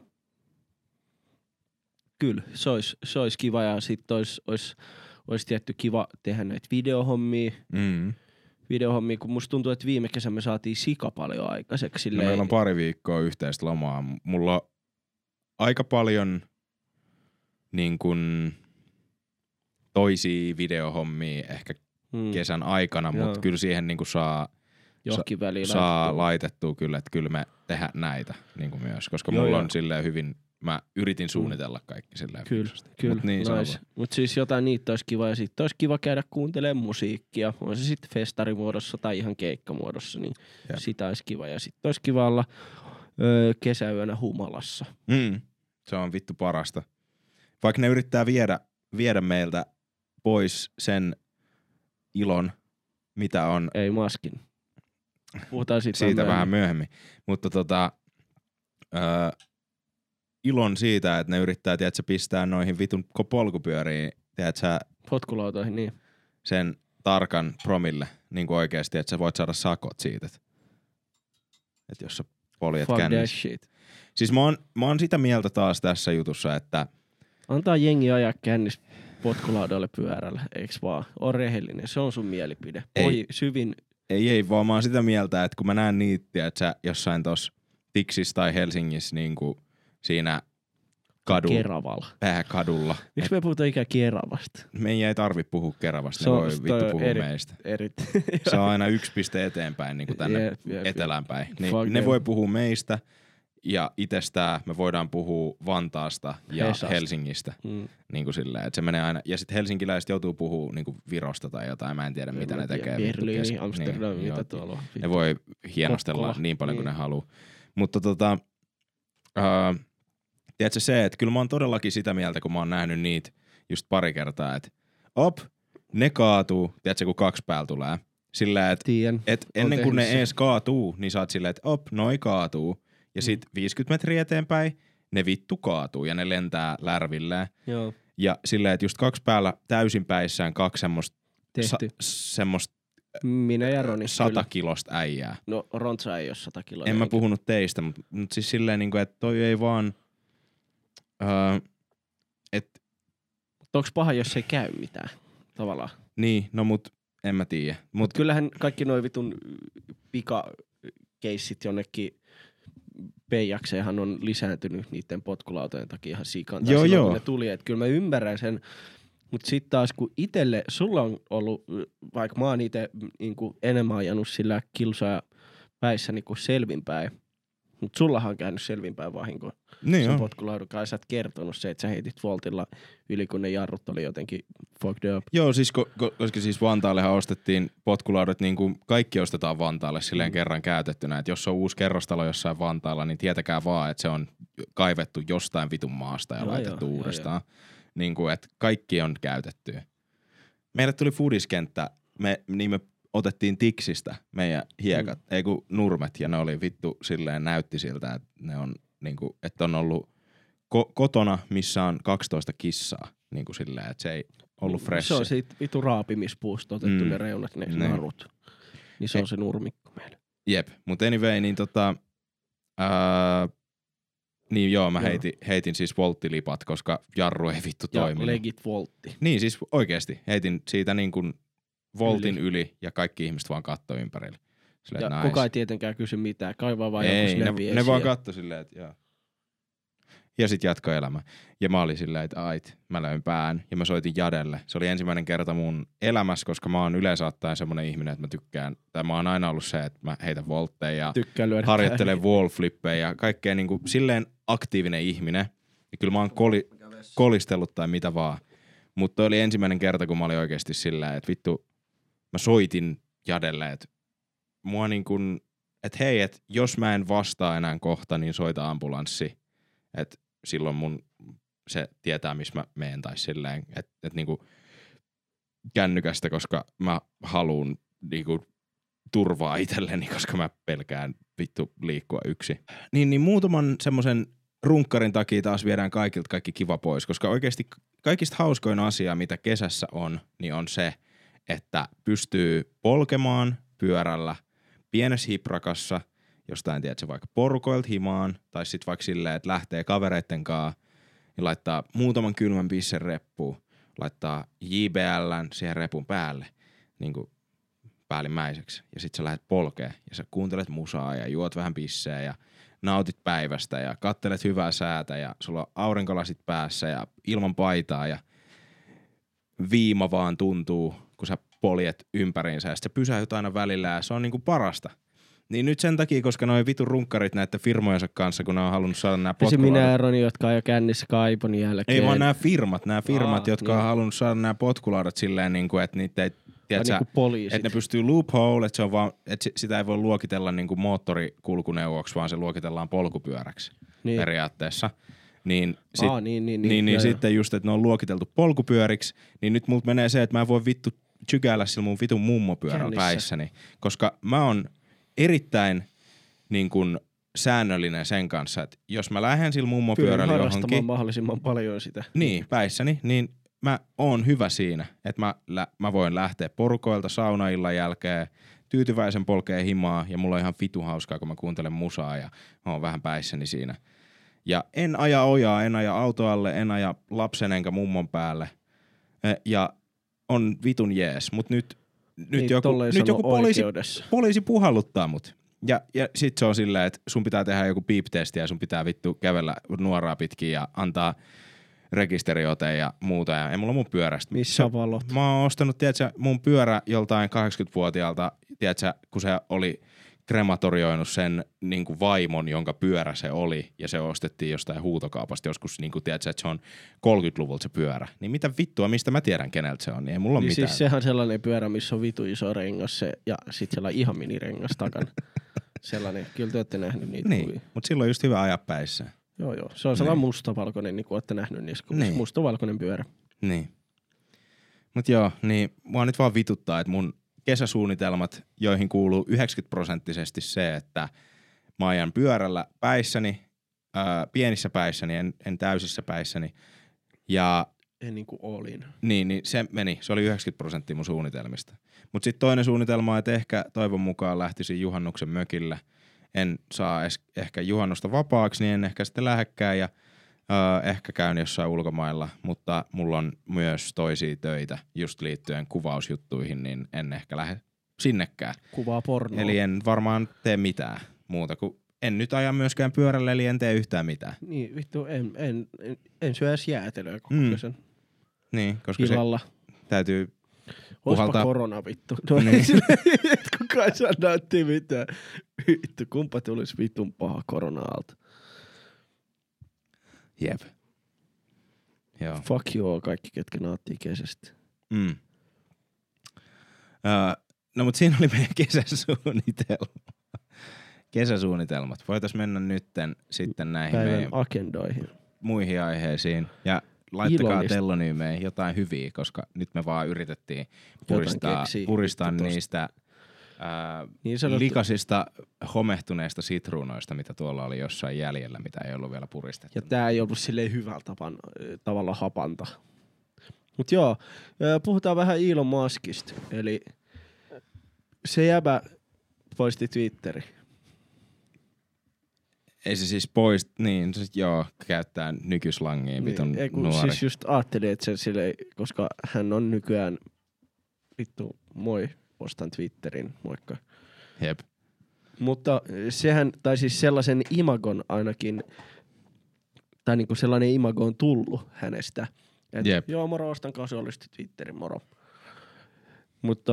[SPEAKER 1] kyllä, se olisi kiva ja sitten olisi tietty kiva tehdä näitä videohommia. Videohommia, kun musta tuntuu, että viime kesän me saatiin sika paljon aikaiseksi.
[SPEAKER 2] No meillä on 2 viikkoa yhteistä lomaa. Mulla on aika paljon niin kun toisia videohommia ehkä kesän aikana, mutta kyllä siihen niin kun saa
[SPEAKER 1] johonkin väliin
[SPEAKER 2] saa laitettua kyllä, että kyllä me tehdään näitä niin kuin myös, koska mulla on silleen hyvin, mä yritin suunnitella kaikki silleen.
[SPEAKER 1] Kyllä,
[SPEAKER 2] Mut niin
[SPEAKER 1] nice. Mut siis jotain niitä olisi kiva ja sitten olisi kiva käydä kuuntelemaan musiikkia, on se sitten festarimuodossa tai ihan keikkamuodossa, niin sitä olisi kiva ja sitten olisi kiva olla kesäyönä humalassa.
[SPEAKER 2] Se on vittu parasta. Vaikka ne yrittää viedä meiltä pois sen ilon, mitä on.
[SPEAKER 1] Ei maskin. Puhutaan
[SPEAKER 2] siitä vähän myöhemmin. Mutta ilon siitä, että ne yrittää, tiedätkö, pistää noihin vitun polkupyöriin, tiedätkö,
[SPEAKER 1] potkulautoihin, niin.
[SPEAKER 2] Sen tarkan promille, niin kuin oikeasti, että sä voit saada sakot siitä. Että jos sä poljet kännissä.
[SPEAKER 1] Fuck that shit.
[SPEAKER 2] Siis mä oon sitä mieltä taas tässä jutussa, että
[SPEAKER 1] antaa jengi ajaa kännis potkulaudoille pyörällä, eiks vaan? On rehellinen, se on sun mielipide. Syvin.
[SPEAKER 2] Ei, vaan mä oon sitä mieltä, että kun mä näen niitä, että sä jossain tossa Tiksissä tai Helsingissä niinku siinä
[SPEAKER 1] Keravalla.
[SPEAKER 2] Pääkadulla.
[SPEAKER 1] Miksi me puhutaan ikään Keravasta?
[SPEAKER 2] Meidän ei tarvi puhua Keravasta, ne voi vittu puhua meistä. Se on aina yksi piste eteenpäin niin kuin tänne etelään päin. Niin ne voi puhua meistä ja itsestään me voidaan puhua Vantaasta ja Helsingistä. Niin kuin silleen, että se menee aina. Ja sitten helsinkiläiset joutuu puhua niin kuin Virosta tai jotain, mä en tiedä mitä ne tekee.
[SPEAKER 1] Berliini, Amsterdam, mitä tuolla on.
[SPEAKER 2] Ne voi hienostella Kokkola, niin paljon kuin ne haluaa. Mutta tiedätkö se, että kyllä mä oon todellakin sitä mieltä, kun mä oon nähnyt niitä just pari kertaa, että ne kaatuu, tiedätkö, kun 2 päällä tulee. Sillä, että ennen kuin ne ees kaatuu, niin sä oot silleen, että noi kaatuu. Ja sit 50 metriä eteenpäin ne vittu kaatuu ja ne lentää lärvilleen.
[SPEAKER 1] Joo.
[SPEAKER 2] Ja silleen, että just 2 päällä täysin päissään 2 semmoista
[SPEAKER 1] minä ja Roni.
[SPEAKER 2] 100 kilosta äijää.
[SPEAKER 1] No Rontsa ei ole 100 kiloa.
[SPEAKER 2] En mä puhunut teistä, mutta siis silleen, että toi ei vaan
[SPEAKER 1] onks paha, jos ei käy mitään tavallaan?
[SPEAKER 2] Niin, no mut en mä tiedä.
[SPEAKER 1] Mut kyllähän kaikki noi vitun pikakeissit jonnekin Peijakseenhan on lisääntynyt niiden potkulautojen takia ihan sikan.
[SPEAKER 2] Joo.
[SPEAKER 1] Kun ne tuli, että kyllä mä ymmärrän sen. Mut sit taas kun itelle, sulla on ollut, vaikka mä oon ite niinku enemmän ajanut sillä kilsaa päissä niinku selvinpäin. Mut sullahan on käynyt selvinpäin vahinko.
[SPEAKER 2] Niin
[SPEAKER 1] sen potkulaudun kai sä oot kertonut se, että sä heitit voltilla yli, kun ne jarrut oli jotenkin fucked up.
[SPEAKER 2] Joo, siis koska siis Vantaallehan ostettiin potkulaudat, niin kuin kaikki ostetaan Vantaalle silleen kerran käytettynä. Että jos on uusi kerrostalo jossain Vantaalla, niin tietäkää vaan, että se on kaivettu jostain vitun maasta ja laitettu uudestaan. Niin kuin, että kaikki on käytetty. Meille tuli foodiskenttä, me otettiin Tiksistä meidän hiekat, ei kun nurmet, ja ne oli vittu silleen näytti siltä, että ne on niinku, että on ollut kotona, missä on 12 kissaa, niinku silleen, että se ei ollut fresh.
[SPEAKER 1] Se on siitä vittu raapimispuusta otettu ne reunat, ne narut. Niin se on se nurmikko meillä.
[SPEAKER 2] Jep, mutta anyway, niin niin joo, mä heitin siis volttilipat, koska jarru ei vittu toiminut.
[SPEAKER 1] Ja legit voltti.
[SPEAKER 2] Niin siis oikeesti, heitin siitä niin kuin voltin yli ja kaikki ihmiset vaan kattoi ympärille. Silleen,
[SPEAKER 1] ja kukaan ei tietenkään kysy mitään, kaivaa vaan joku snappi
[SPEAKER 2] ne vaan kattoi silleen, että joo. Ja sit jatkoi elämä. Ja mä olin silleen, että mä löin pään ja mä soitin Jadelle. Se oli ensimmäinen kerta mun elämässä, koska mä oon yleensä ottaen semmonen ihminen, että mä tykkään, tai mä oon aina ollut se, että mä heitän voltteja ja harjoittelen wallflippejä ja kaikkea niinku silleen aktiivinen ihminen. Ja kyllä mä oon kolistellut tai mitä vaan. Mutta oli ensimmäinen kerta, kun mä olin oikeesti silleen, että vittu, mä soitin Jadelle, että mua niin kuin, että hei, että jos mä en vastaa enää kohta, niin soita ambulanssi. Että silloin se tietää, missä mä meen tai silleen, että niinku kännykästä, koska mä haluun niinku turvaa itselleni, koska mä pelkään vittu liikkua yksin. Niin muutaman semmoisen runkkarin takia taas viedään kaikilta kaikki kiva pois, koska oikeasti kaikista hauskoin asia, mitä kesässä on, niin on se, että pystyy polkemaan pyörällä pienessä hiprakassa, jostain tiedätkö vaikka porukoilta himaan, tai sitten vaikka silleen, että lähtee kavereitten kanssa ja laittaa muutaman kylmän pissen reppuun, laittaa JBL:n siihen repun päälle, niin kuin päällimmäiseksi, ja sitten sä lähdet polkeen, ja sä kuuntelet musaa ja juot vähän pisseä ja nautit päivästä ja kattelet hyvää säätä ja sulla on aurinkolasit päässä ja ilman paitaa ja viima vaan tuntuu, kun sä poljet ympäriinsä ja sit sä pysähyt aina välillä ja se on niinku parasta. Niin nyt sen takia, koska noi vitun runkkarit näiden firmojensa kanssa, kun ne on halunnut saada nämä potkulaudat.
[SPEAKER 1] Se minä ja Roni, jotka on jo kännissä kaipon jälkeen.
[SPEAKER 2] Ei vaan nämä firmat, jotka on halunnut saada nämä potkulaudat silleen, niin kuin, että niitä ei, tiedätkö,
[SPEAKER 1] niin
[SPEAKER 2] että ne pystyy loophole, että, se on vaan, että sitä ei voi luokitella niin kuin moottorikulkuneuvoksi, vaan se luokitellaan polkupyöräksi periaatteessa. Niin sitten just, että ne on luokiteltu polkupyöriksi, niin nyt multa menee se, että mä en voi vittu tsykäillä sillä mun vitun mummopyörällä päissäni, koska mä oon erittäin niin kuin säännöllinen sen kanssa, että jos mä lähden sillä mummopyörällä johonkin
[SPEAKER 1] mahdollisimman paljon sitä.
[SPEAKER 2] Niin, päissäni, niin mä oon hyvä siinä, että mä voin lähteä porukoilta saunaillan jälkeen, tyytyväisen polkee himaa ja mulla on ihan vitu hauskaa, kun mä kuuntelen musaa ja mä oon vähän päissäni siinä. Ja en aja ojaa, en aja autoalle, en aja lapsen enkä mummon päälle ja on vitun jees, mut nyt joku poliisi puhalluttaa mut. Ja sit se on silleen, että sun pitää tehdä joku piip-testi ja sun pitää vittu kävellä nuoraa pitkin ja antaa rekisteriote ja muuta. Ja ei mulla mun pyörästä.
[SPEAKER 1] Missä valot?
[SPEAKER 2] Mä oon ostanut, tiedätkö, mun pyörä joltain 80-vuotiaalta, tiedätkö, kun se oli krematorioinut sen niin kuin vaimon, jonka pyörä se oli, ja se ostettiin jostain huutokaupasta joskus, niin kuin tiedätkö, että se on 30-luvulta se pyörä. Niin mitä vittua, mistä mä tiedän, keneltä se on, niin ei mulla ole mitään.
[SPEAKER 1] Siis sehän sellainen pyörä, missä on vitu iso rengas se, ja sit sellainen ihan minirengas takana. Sellainen, kyllä te olette nähnyt niitä kuvia.
[SPEAKER 2] Mutta silloin on just hyvä ajaa päissä.
[SPEAKER 1] Joo. Se on sellainen mustavalkoinen, niin kuin olette nähnyt niissä kuvissa. Niin. Mustavalkoinen pyörä.
[SPEAKER 2] Niin. Mut joo, niin mua nyt vaan vituttaa, että mun kesäsuunnitelmat, joihin kuuluu 90% se, että mä ajan pyörällä päissäni, pienissä päissäni, en täysissä päissäni. Ja
[SPEAKER 1] en niin kuin olin.
[SPEAKER 2] Niin se oli 90% mun suunnitelmista. Mut sit toinen suunnitelma on, että ehkä toivon mukaan lähtisin juhannuksen mökille. En saa ehkä juhannusta vapaaksi, niin en ehkä sitten lähdekään ja ehkä käyn jossain ulkomailla, mutta mulla on myös toisia töitä just liittyen kuvausjuttuihin, niin en ehkä lähde sinnekään.
[SPEAKER 1] Kuvaa pornoa.
[SPEAKER 2] Eli en varmaan tee mitään muuta kuin en nyt aja myöskään pyörällä, eli en tee yhtään mitään.
[SPEAKER 1] Niin, vittu, en syö edes jäätelöä koko kesän.
[SPEAKER 2] Niin, koska
[SPEAKER 1] illalla.
[SPEAKER 2] Se täytyy puhaltaa.
[SPEAKER 1] Oispa korona, vittu. No niin. Kukaan ei saa näyttiä mitään. Vittu, kumpa tulisi vitun paha korona-alta.
[SPEAKER 2] Jep. Joo.
[SPEAKER 1] Fuck you all kaikki, ketkä nauttii kesästä.
[SPEAKER 2] No mut siinä oli meidän kesäsuunnitelmat. Voitais mennä nytten sitten näihin
[SPEAKER 1] päivän
[SPEAKER 2] meidän
[SPEAKER 1] agendoihin.
[SPEAKER 2] Muihin aiheisiin. Ja laittakaa telloneymeen jotain hyviä, koska nyt me vaan yritettiin puristaa niistä likaisista homehtuneista sitruunoista, mitä tuolla oli jossain jäljellä, mitä ei ollut vielä puristettu.
[SPEAKER 1] Ja tää ei ollut silleen hyvällä tavalla hapanta. Mut joo, puhutaan vähän Elon Muskista. Eli se jäbä poisti Twitteri.
[SPEAKER 2] Ei se siis niin joo, käyttää nykyslangia vitun nuori.
[SPEAKER 1] Siis just ajattelin, että se silleen, koska hän on nykyään vittu moi. Ostan Twitterin, moikka.
[SPEAKER 2] Jep.
[SPEAKER 1] Mutta sehän, tai siis sellaisen imagon ainakin, tai niinku sellainen imago on tullut hänestä. Että joo, moro, ostan kasuaalisti Twitterin, moro. Mutta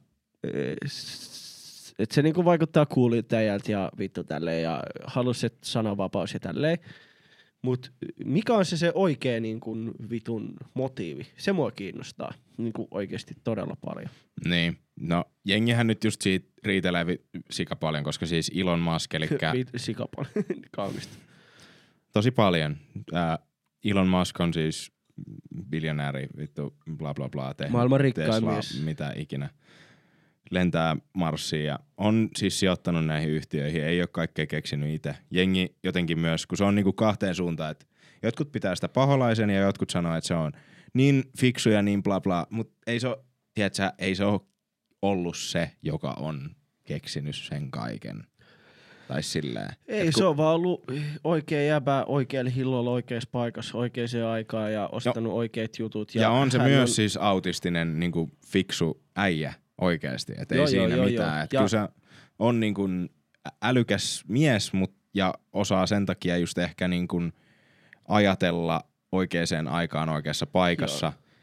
[SPEAKER 1] että se niinku vaikuttaa cooliltäjältä ja vittu tälleen ja halusi sananvapaus ja tälleen. Mut mikä on se oikea niinku vitun motiivi? Se mua kiinnostaa niinku oikeesti todella paljon.
[SPEAKER 2] Niin. No jengihän nyt just siitä riitelee sika paljon, koska siis Elon Musk, elikkä
[SPEAKER 1] sika paljon, kaunista.
[SPEAKER 2] Tosi paljon. Elon Musk on siis biljonääri, vittu bla bla bla.
[SPEAKER 1] Maailman rikkain
[SPEAKER 2] Tesla,
[SPEAKER 1] mies.
[SPEAKER 2] mitä ikinä. Lentää Marsiin ja on siis sijoittanut näihin yhtiöihin. Ei ole kaikkea keksinyt itse. Jengi jotenkin myös, kun se on niinku kahteen suuntaan, että jotkut pitää sitä paholaisen ja jotkut sanoo, että se on niin fiksu ja niin bla bla. Mutta ei se ole, tiedätkö, ei se ole ollut se, joka on keksinyt sen kaiken. Tai silleen.
[SPEAKER 1] Ei, se on vaan ollut oikea jäbä oikealle hillolla oikeassa paikassa oikeaan aikaan ja ostanut oikeat jutut.
[SPEAKER 2] Ja on se myös siis autistinen niinku fiksu äijä oikeasti. Että ei siinä mitään. Että kyllä se on niinku älykäs mies ja osaa sen takia just ehkä niinku ajatella oikeaan aikaan oikeassa paikassa.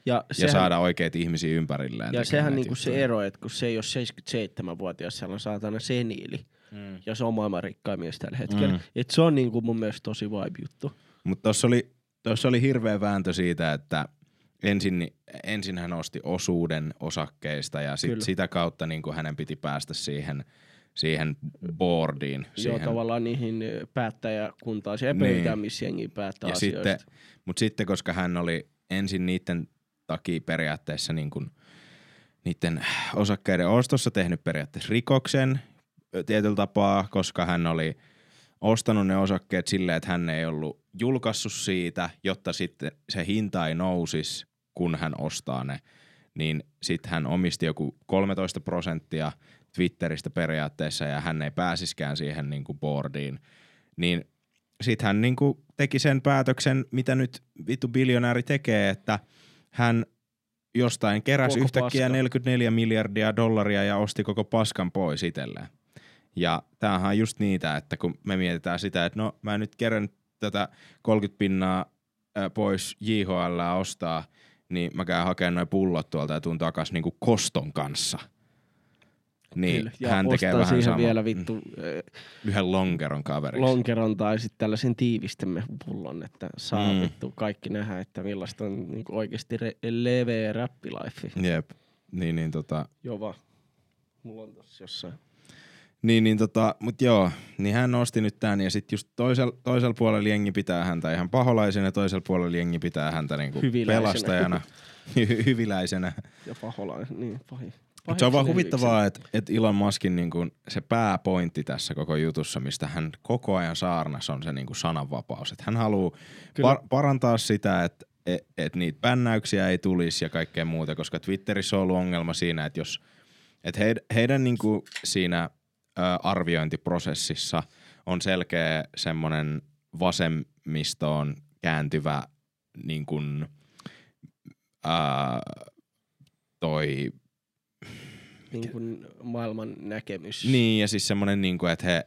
[SPEAKER 2] ja saada oikeat ihmisiä ympärilleen.
[SPEAKER 1] Ja sehän niinku se ero, että kun se ei ole 77-vuotias, siellä on saatana seniili. Ja se on maailman rikkain mies tällä hetkellä. Et se on niinku mun mielestä tosi vibe-juttu.
[SPEAKER 2] Mutta tossa oli hirveä vääntö siitä, että ensin hän osti osuuden osakkeista ja sitä kautta niinku hänen piti päästä siihen boardiin.
[SPEAKER 1] Joo, tavallaan niihin päättäjäkuntaan. Se ei pelkään, missä jengi päättää asioista.
[SPEAKER 2] Mutta sitten, koska hän oli ensin niiden takia periaatteessa niinku niiden osakkeiden ostossa tehnyt periaatteessa rikoksen tietyllä tapaa, koska hän oli ostanut ne osakkeet silleen, että hän ei ollut julkaissut siitä, jotta sitten se hinta ei nousisi, kun hän ostaa ne. Niin sitten hän omisti joku 13% Twitteristä periaatteessa ja hän ei pääsiskään siihen niinku boardiin. Niin sitten hän niinku teki sen päätöksen, mitä nyt vittu biljonääri tekee, että hän jostain keräsi yhtäkkiä 44 miljardia dollaria ja osti koko paskan pois itselleen. Ja tämähän on just niitä, että kun me mietitään sitä, että no mä nyt kerän tätä 30 pinnaa pois JHL ostaa, niin mä käyn hakemaan noi pullot tuolta ja tuun takas niinku koston kanssa. Niin
[SPEAKER 1] ja
[SPEAKER 2] hän tekee vähän samaa.
[SPEAKER 1] Vielä vittu
[SPEAKER 2] yhden lonkeron kaveriksi.
[SPEAKER 1] Lonkeron tai sitten tällaisen tiivistemepullon, että saa vittu kaikki nähdä, että millaista on niinku oikeesti leveä räppilaifi.
[SPEAKER 2] Jep. Niin
[SPEAKER 1] Joo vaan. Mulla on tossa jossain.
[SPEAKER 2] Mut joo, niin hän nosti nyt tän ja sit just toisella puolella jengi pitää häntä ihan paholaisena ja toisella puolella jengi pitää häntä niinku pelastajana, hyviläisenä.
[SPEAKER 1] Ja paholaisen, niin pahin.
[SPEAKER 2] Se on vaan huvittavaa, että Elon Muskin niinku se pääpointti tässä koko jutussa, mistä hän koko ajan saarnas on se niinku sananvapaus. Että hän haluaa parantaa sitä, että niitä bännäyksiä ei tulisi ja kaikkea muuta, koska Twitterissä on ollut ongelma siinä, että jos heidän niinku siinä arviointiprosessissa on selkeä semmoinen vasemmistoon kääntyvä niin kuin,
[SPEAKER 1] niin kuin maailman näkemys.
[SPEAKER 2] Niin, ja siis semmoinen, niin kuin, että he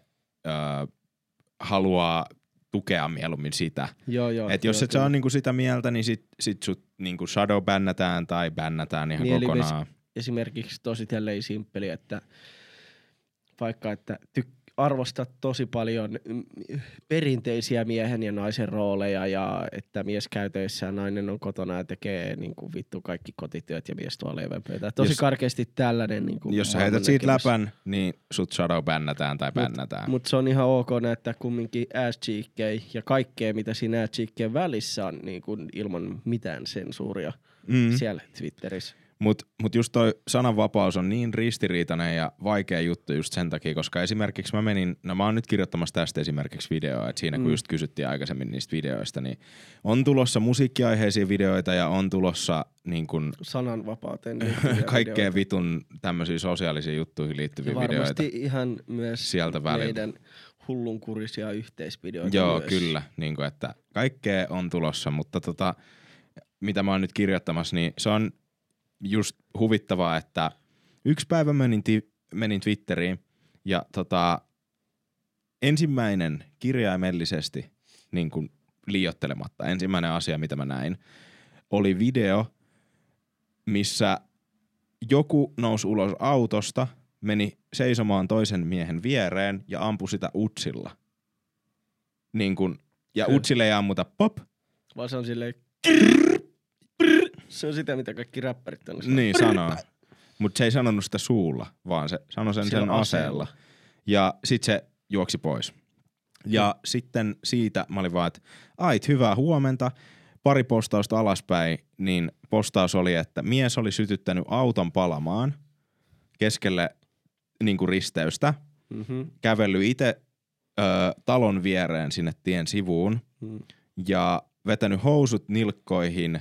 [SPEAKER 2] haluaa tukea mieluummin sitä.
[SPEAKER 1] Joo,
[SPEAKER 2] että jos et sä on niin kuin sitä mieltä, niin sit sut niin kuin shadow bännätään tai bännätään ihan niin kokonaan.
[SPEAKER 1] Esimerkiksi tosi tälleen simppeli, että vaikka että arvostat tosi paljon perinteisiä miehen ja naisen rooleja ja että mies käy töissä ja nainen on kotona ja tekee niinku vittu kaikki kotityöt ja mies tuo leivänpöytään. Tosi karkeasti tällainen niinku.
[SPEAKER 2] Jos sä heität siitä läpän, niin sut shadow bännätään tai bännätään.
[SPEAKER 1] Mut se on ihan ok näyttää kumminkin ass-cheekkejä ja kaikkea mitä siinä ass-cheekkeen välissä on niinku ilman mitään sensuuria siellä Twitterissä.
[SPEAKER 2] Mut just toi sananvapaus on niin ristiriitainen ja vaikea juttu just sen takia, koska esimerkiksi mä oon nyt kirjoittamassa tästä esimerkiksi videoa, että siinä kun just kysyttiin aikaisemmin niistä videoista, niin on tulossa musiikkiaiheisia videoita ja on tulossa niin kun
[SPEAKER 1] sananvapauteen
[SPEAKER 2] kaikkea vitun tämmöisiä sosiaalisiin juttuihin liittyviä videoita.
[SPEAKER 1] Varmasti ihan myös
[SPEAKER 2] sieltä
[SPEAKER 1] meidän hullunkurisia yhteisvideoita.
[SPEAKER 2] Joo,
[SPEAKER 1] myös.
[SPEAKER 2] Kyllä, niin kun, että kaikkea on tulossa, mutta mitä mä oon nyt kirjoittamassa, niin se on just huvittavaa, että yksi päivä menin Twitteriin ja ensimmäinen kirjaimellisesti niin kuin liioittelematta, ensimmäinen asia mitä mä näin, oli video, missä joku nousi ulos autosta, meni seisomaan toisen miehen viereen ja ampui sitä utsilla. Niin kuin, ja utsille ei ammuta pop.
[SPEAKER 1] Vaan se on silleen se on sitä, mitä kaikki räppärit on.
[SPEAKER 2] Niin sanoo. Mutta se ei sanonut sitä suulla, vaan se sanoi sen aseella. Ja sit se juoksi pois. Ja sitten siitä mä olin vaan, että ait hyvää huomenta. Pari postausta alaspäin, niin postaus oli, että mies oli sytyttänyt auton palamaan keskelle niinku risteystä. Kävellyt itse talon viereen sinne tien sivuun ja vetänyt housut nilkkoihin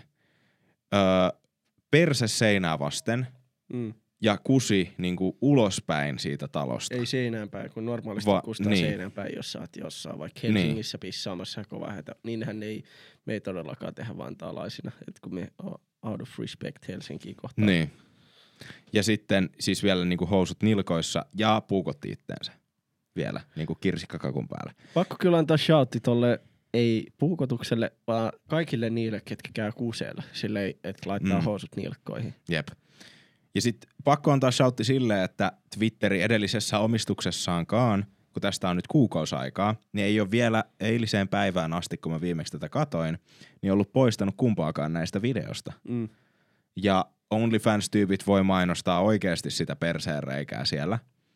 [SPEAKER 2] perse seinää vasten ja kusi niinku ulospäin siitä talosta.
[SPEAKER 1] Ei seinään päin, kun normaalisti kustaa seinään päin, jos sä oot jossain vaikka Helsingissä pissaamassa kova hätä. Niinhän me ei todellakaan tehdä vantaalaisina, että kun me out of respect Helsinkiin kohtaan.
[SPEAKER 2] Niin. Ja sitten siis vielä niinku housut nilkoissa ja puukotti itteensä vielä niinku kirsikkakakun päälle.
[SPEAKER 1] Pakko kyllä antaa shoutti tolle ei puukotukselle, vaan kaikille niille, ketkä käy kuseella, silleen, että laittaa housut nilkkoihin.
[SPEAKER 2] Jep. Ja sit pakko antaa shoutti silleen, että Twitteri edellisessä omistuksessaankaan, kun tästä on nyt kuukausaikaa, niin ei ole vielä eiliseen päivään asti, kun mä viimeksi tätä katoin, niin ollut poistanut kumpaakaan näistä videosta. Ja OnlyFans-tyypit voi mainostaa oikeasti sitä perseenreikää siellä.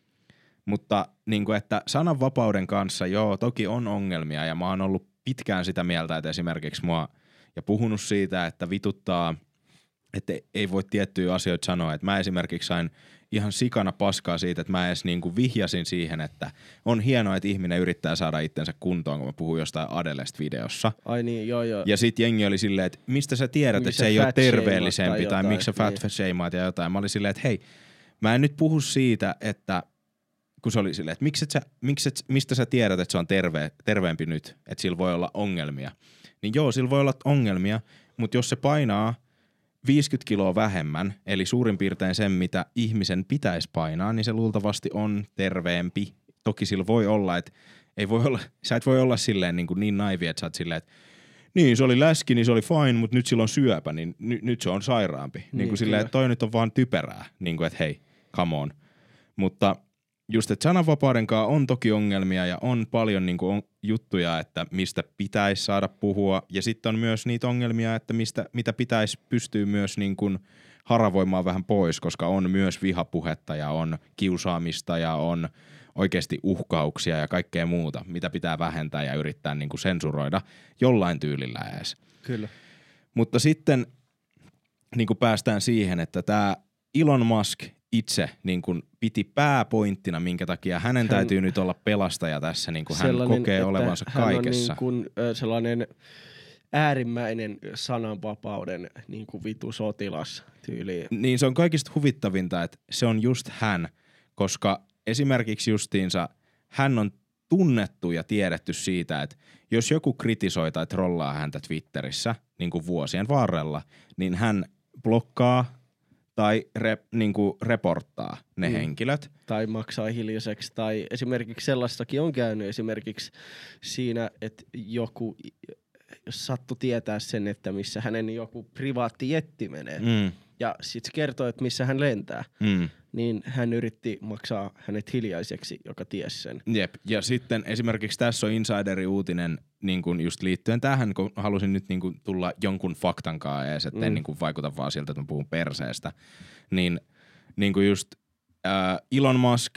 [SPEAKER 2] Mutta niin kuin, että sananvapauden kanssa joo, toki on ongelmia ja mä oon ollut pitkään sitä mieltä, että esimerkiksi mua ja puhunut siitä, että vituttaa, että ei voi tiettyjä asioita sanoa. Että mä esimerkiksi sain ihan sikana paskaa siitä, että mä edes niin kuin vihjasin siihen, että on hienoa, että ihminen yrittää saada itsensä kuntoon, kun mä puhun jostain Adelesta videossa.
[SPEAKER 1] Ai niin, joo.
[SPEAKER 2] Ja sit jengi oli silleen, että mistä sä tiedät, että se ei ole terveellisempi tai miksi sä fat shameat ja jotain. Mä olin silleen, että hei, mä en nyt puhu siitä, että kun se oli silleen, että mistä sä tiedät, että se on terveempi nyt, että sillä voi olla ongelmia. Niin joo, sillä voi olla ongelmia, mutta jos se painaa 50 kiloa vähemmän, eli suurin piirtein sen, mitä ihmisen pitäisi painaa, niin se luultavasti on terveempi. Toki sillä voi olla, että sä et voi olla silleen niin naivi, että sä oot silleen, että niin se oli läski, niin se oli fine, mutta nyt sillä on syöpä, niin nyt se on sairaampi. Niin kuin silleen, että toi nyt on vaan typerää, niin kuin että hei, come on. Mutta just, että sananvapaudenkaan on toki ongelmia ja on paljon niin kuin juttuja, että mistä pitäisi saada puhua. Ja sitten on myös niitä ongelmia, että mitä pitäisi pystyä myös niin kuin haravoimaan vähän pois, koska on myös vihapuhetta ja on kiusaamista ja on oikeasti uhkauksia ja kaikkea muuta, mitä pitää vähentää ja yrittää niin kuin sensuroida jollain tyylillä edes.
[SPEAKER 1] Kyllä.
[SPEAKER 2] Mutta sitten niin kuin päästään siihen, että tämä Elon Musk itse niin kuin piti pääpointtina, minkä takia hänen täytyy nyt olla pelastaja tässä, niin kuin hän kokee olevansa kaikessa.
[SPEAKER 1] Hän on niin kuin sellainen äärimmäinen sananvapauden niin kuin vitusotilas tyyliin.
[SPEAKER 2] Niin se on kaikista huvittavinta, että se on just hän, koska esimerkiksi justiinsa hän on tunnettu ja tiedetty siitä, että jos joku kritisoi tai trollaa häntä Twitterissä niin kuin vuosien varrella, niin hän blokkaa tai niinku reporttaa ne henkilöt.
[SPEAKER 1] Tai maksaa hiljaiseksi. Tai esimerkiksi sellaistakin on käynyt esimerkiksi siinä, että joku sattui tietää sen, että missä hänen joku privaatti jetti menee. Ja sit se kertoo, että missä hän lentää. Niin hän yritti maksaa hänet hiljaiseksi, joka tiesi sen.
[SPEAKER 2] Jep. Ja sitten esimerkiksi tässä on insideri-uutinen niin kuin just liittyen tähän, kun halusin nyt niin kuin tulla jonkun faktankaan ees, ettei niin kuin vaikuta vaan siltä, että mä puhun perseestä. Niin kuin just Elon Musk,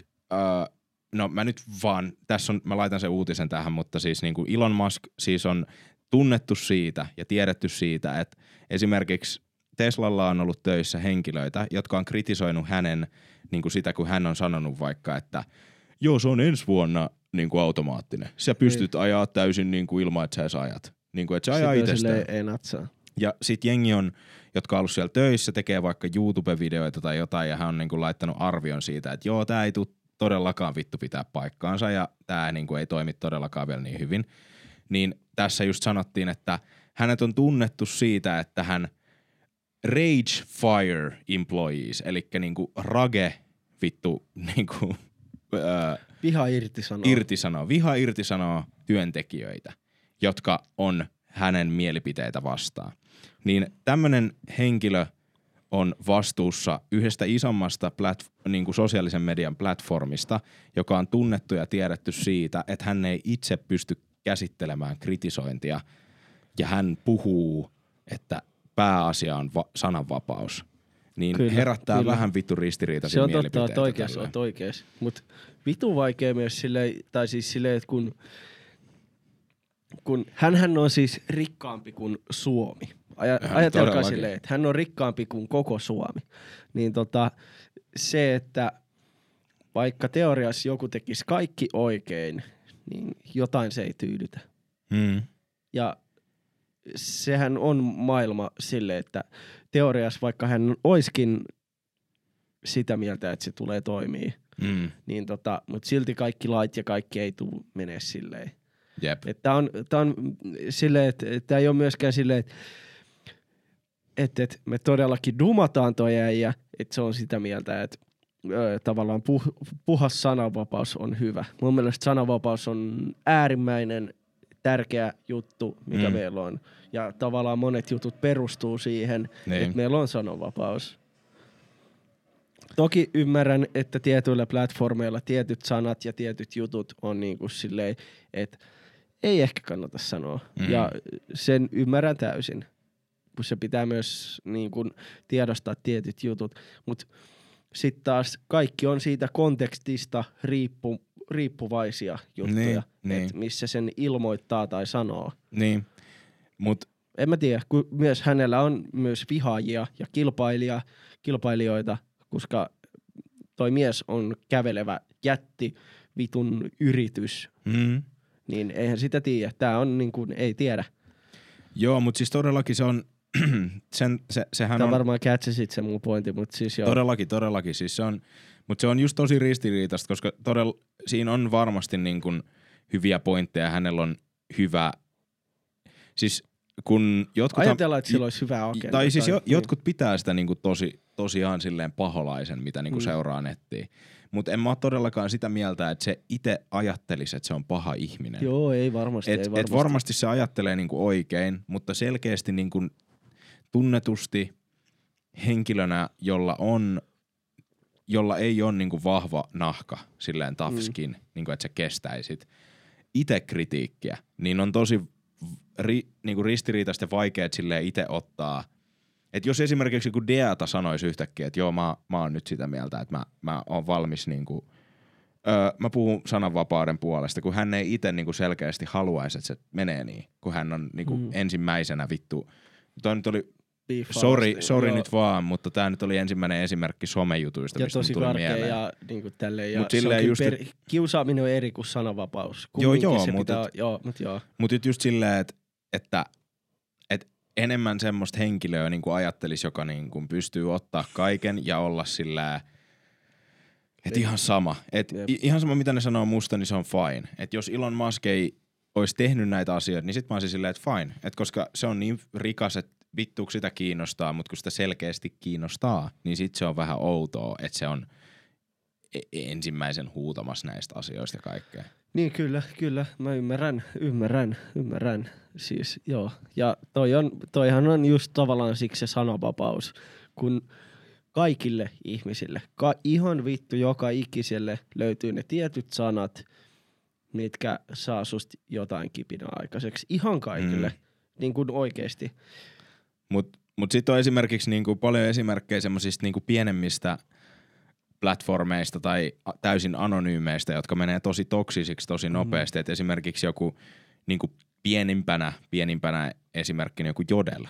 [SPEAKER 2] no mä nyt vaan, mä laitan sen uutisen tähän, mutta siis niin kuin Elon Musk siis on tunnettu siitä ja tiedetty siitä, että esimerkiksi Teslalla on ollut töissä henkilöitä, jotka on kritisoinut hänen niin kuin sitä, kun hän on sanonut vaikka, että joo, se on ensi vuonna niin kuin automaattinen. Sä pystyt ajaa täysin niin kuin ilman, että sä edes ajat. Niin kuin, että sä ajaa itsestään.
[SPEAKER 1] Ei natsaa.
[SPEAKER 2] Ja sit jengi on, jotka on ollut siellä töissä, tekee vaikka YouTube-videoita tai jotain, ja hän on niin kuin laittanut arvion siitä, että joo, tää ei tule todellakaan vittu pitää paikkaansa, ja tää niin kuin ei toimi todellakaan vielä niin hyvin. Niin tässä just sanottiin, että hänet on tunnettu siitä, että hän rage fire employees, eli niinku rage vittu niinku viha irtisanoo työntekijöitä, jotka on hänen mielipiteitä vastaan. Niin tämmönen henkilö on vastuussa yhdestä isommasta niinku sosiaalisen median platformista, joka on tunnettu ja tiedetty siitä, että hän ei itse pysty käsittelemään kritisointia ja hän puhuu, että pääasia on sananvapaus. Niin kyllä, herättää vähän vittu ristiriitaisia mielipiteitä.
[SPEAKER 1] Se on totta, että oot oikees. Mut vitu vaikea myös silleen, tai siis silleen, että kun hänhän on siis rikkaampi kuin Suomi. Ajatelkaa silleen, että hän on rikkaampi kuin koko Suomi. Niin se, että vaikka teoriassa joku tekisi kaikki oikein, niin jotain se ei tyydytä. Ja sehän on maailma silleen, että teoriassa vaikka hän oiskin sitä mieltä, että se tulee toimii, niin mutta silti kaikki lait ja kaikki ei tule menee silleen.
[SPEAKER 2] Jep.
[SPEAKER 1] Tää on silleen, että tää ei ole myöskään silleen, että me todellakin dumataan toi äijä, että se on sitä mieltä, että tavallaan puhas sananvapaus on hyvä. Mun mielestä sananvapaus on äärimmäinen tärkeä juttu, mikä meillä on. Ja tavallaan monet jutut perustuu siihen, että meillä on sananvapaus. Toki ymmärrän, että tietyillä platformeilla tietyt sanat ja tietyt jutut on niinku silleen, että ei ehkä kannata sanoa. Ja sen ymmärrän täysin, kun se pitää myös niinku tiedostaa tietyt jutut. Mutta sitten taas kaikki on siitä kontekstista riippuvaisia juttuja, että missä sen ilmoittaa tai sanoo.
[SPEAKER 2] Niin, mut
[SPEAKER 1] en mä tiedä, kun myös hänellä on myös vihaajia ja kilpailijoita, koska toi mies on kävelevä jätti vitun yritys. Niin eihän sitä tiedä. Tää on niin kuin, ei tiedä.
[SPEAKER 2] Joo, mutta siis todellakin se on, sehän on
[SPEAKER 1] varmaan catchasit se mun pointti, mutta siis joo.
[SPEAKER 2] Todellakin. Siis se on, mutta se on just tosi ristiriitaista, koska siinä on varmasti niin kuin hyviä pointteja. Hänellä on hyvä, siis kun jotkut
[SPEAKER 1] ajatellaan, että sillä olisi hyvä agenda.
[SPEAKER 2] Tai siis jotkut pitää sitä niin kuin tosiaan silleen paholaisen, mitä niin kuin seuraa nettiin. Mutta en mä ole todellakaan sitä mieltä, että se itse ajattelisi, että se on paha ihminen.
[SPEAKER 1] Joo, ei varmasti.
[SPEAKER 2] Et varmasti se ajattelee niinku oikein, mutta selkeästi niinku tunnetusti henkilönä, jolla ei ole niinku vahva nahka, silleen tough skin, niinku että sä kestäisit itse kritiikkiä, niin on tosi niinku ristiriitaista ja vaikeet silleen itse ottaa. Että jos esimerkiksi kun Deata sanoisi yhtäkkiä, että joo, mä oon nyt sitä mieltä, että mä oon valmis niinku, mä puhun sananvapauden puolesta, kun hän ei itse niinku selkeästi haluaisi, että se menee niin, kun hän on niinku ensimmäisenä vittu. Toi nyt oli, sorry nyt vaan, mutta tää nyt oli ensimmäinen esimerkki somejutuista, mistä mun tuli mieleen.
[SPEAKER 1] Ja niinku tälleen, ja se onkin just kiusaaminen on eri kuin sananvapaus.
[SPEAKER 2] Mutta just silleen, että enemmän semmoista henkilöä niin kuin ajattelisi, joka niin kuin pystyy ottaa kaiken ja olla sillä, että ihan sama. Ihan sama, mitä ne sanoo musta, niin se on fine. Että jos Elon Musk ei olisi tehnyt näitä asioita, niin sit mä olisin silleen, että fine. Että koska se on niin rikas, että vittuuko sitä kiinnostaa, mutta kun sitä selkeästi kiinnostaa, niin sit se on vähän outoa, että se on ensimmäisen huutamassa näistä asioista ja kaikkea.
[SPEAKER 1] Niin kyllä. Mä ymmärrän. Siis joo. Ja toihan on just tavallaan siksi se sananvapaus, kun kaikille ihmisille, ihan vittu joka ikiselle löytyy ne tietyt sanat, mitkä saa susta jotain kipinää aikaiseksi. Ihan kaikille, niin kuin oikeesti.
[SPEAKER 2] Mut sit on esimerkiksi niinku paljon esimerkkejä semmosista niinku pienemmistä platformeista tai täysin anonyymeistä, jotka menee tosi toksisiksi tosi nopeasti. Et esimerkiksi joku niinku pienimpänä esimerkkinä joku Jodel.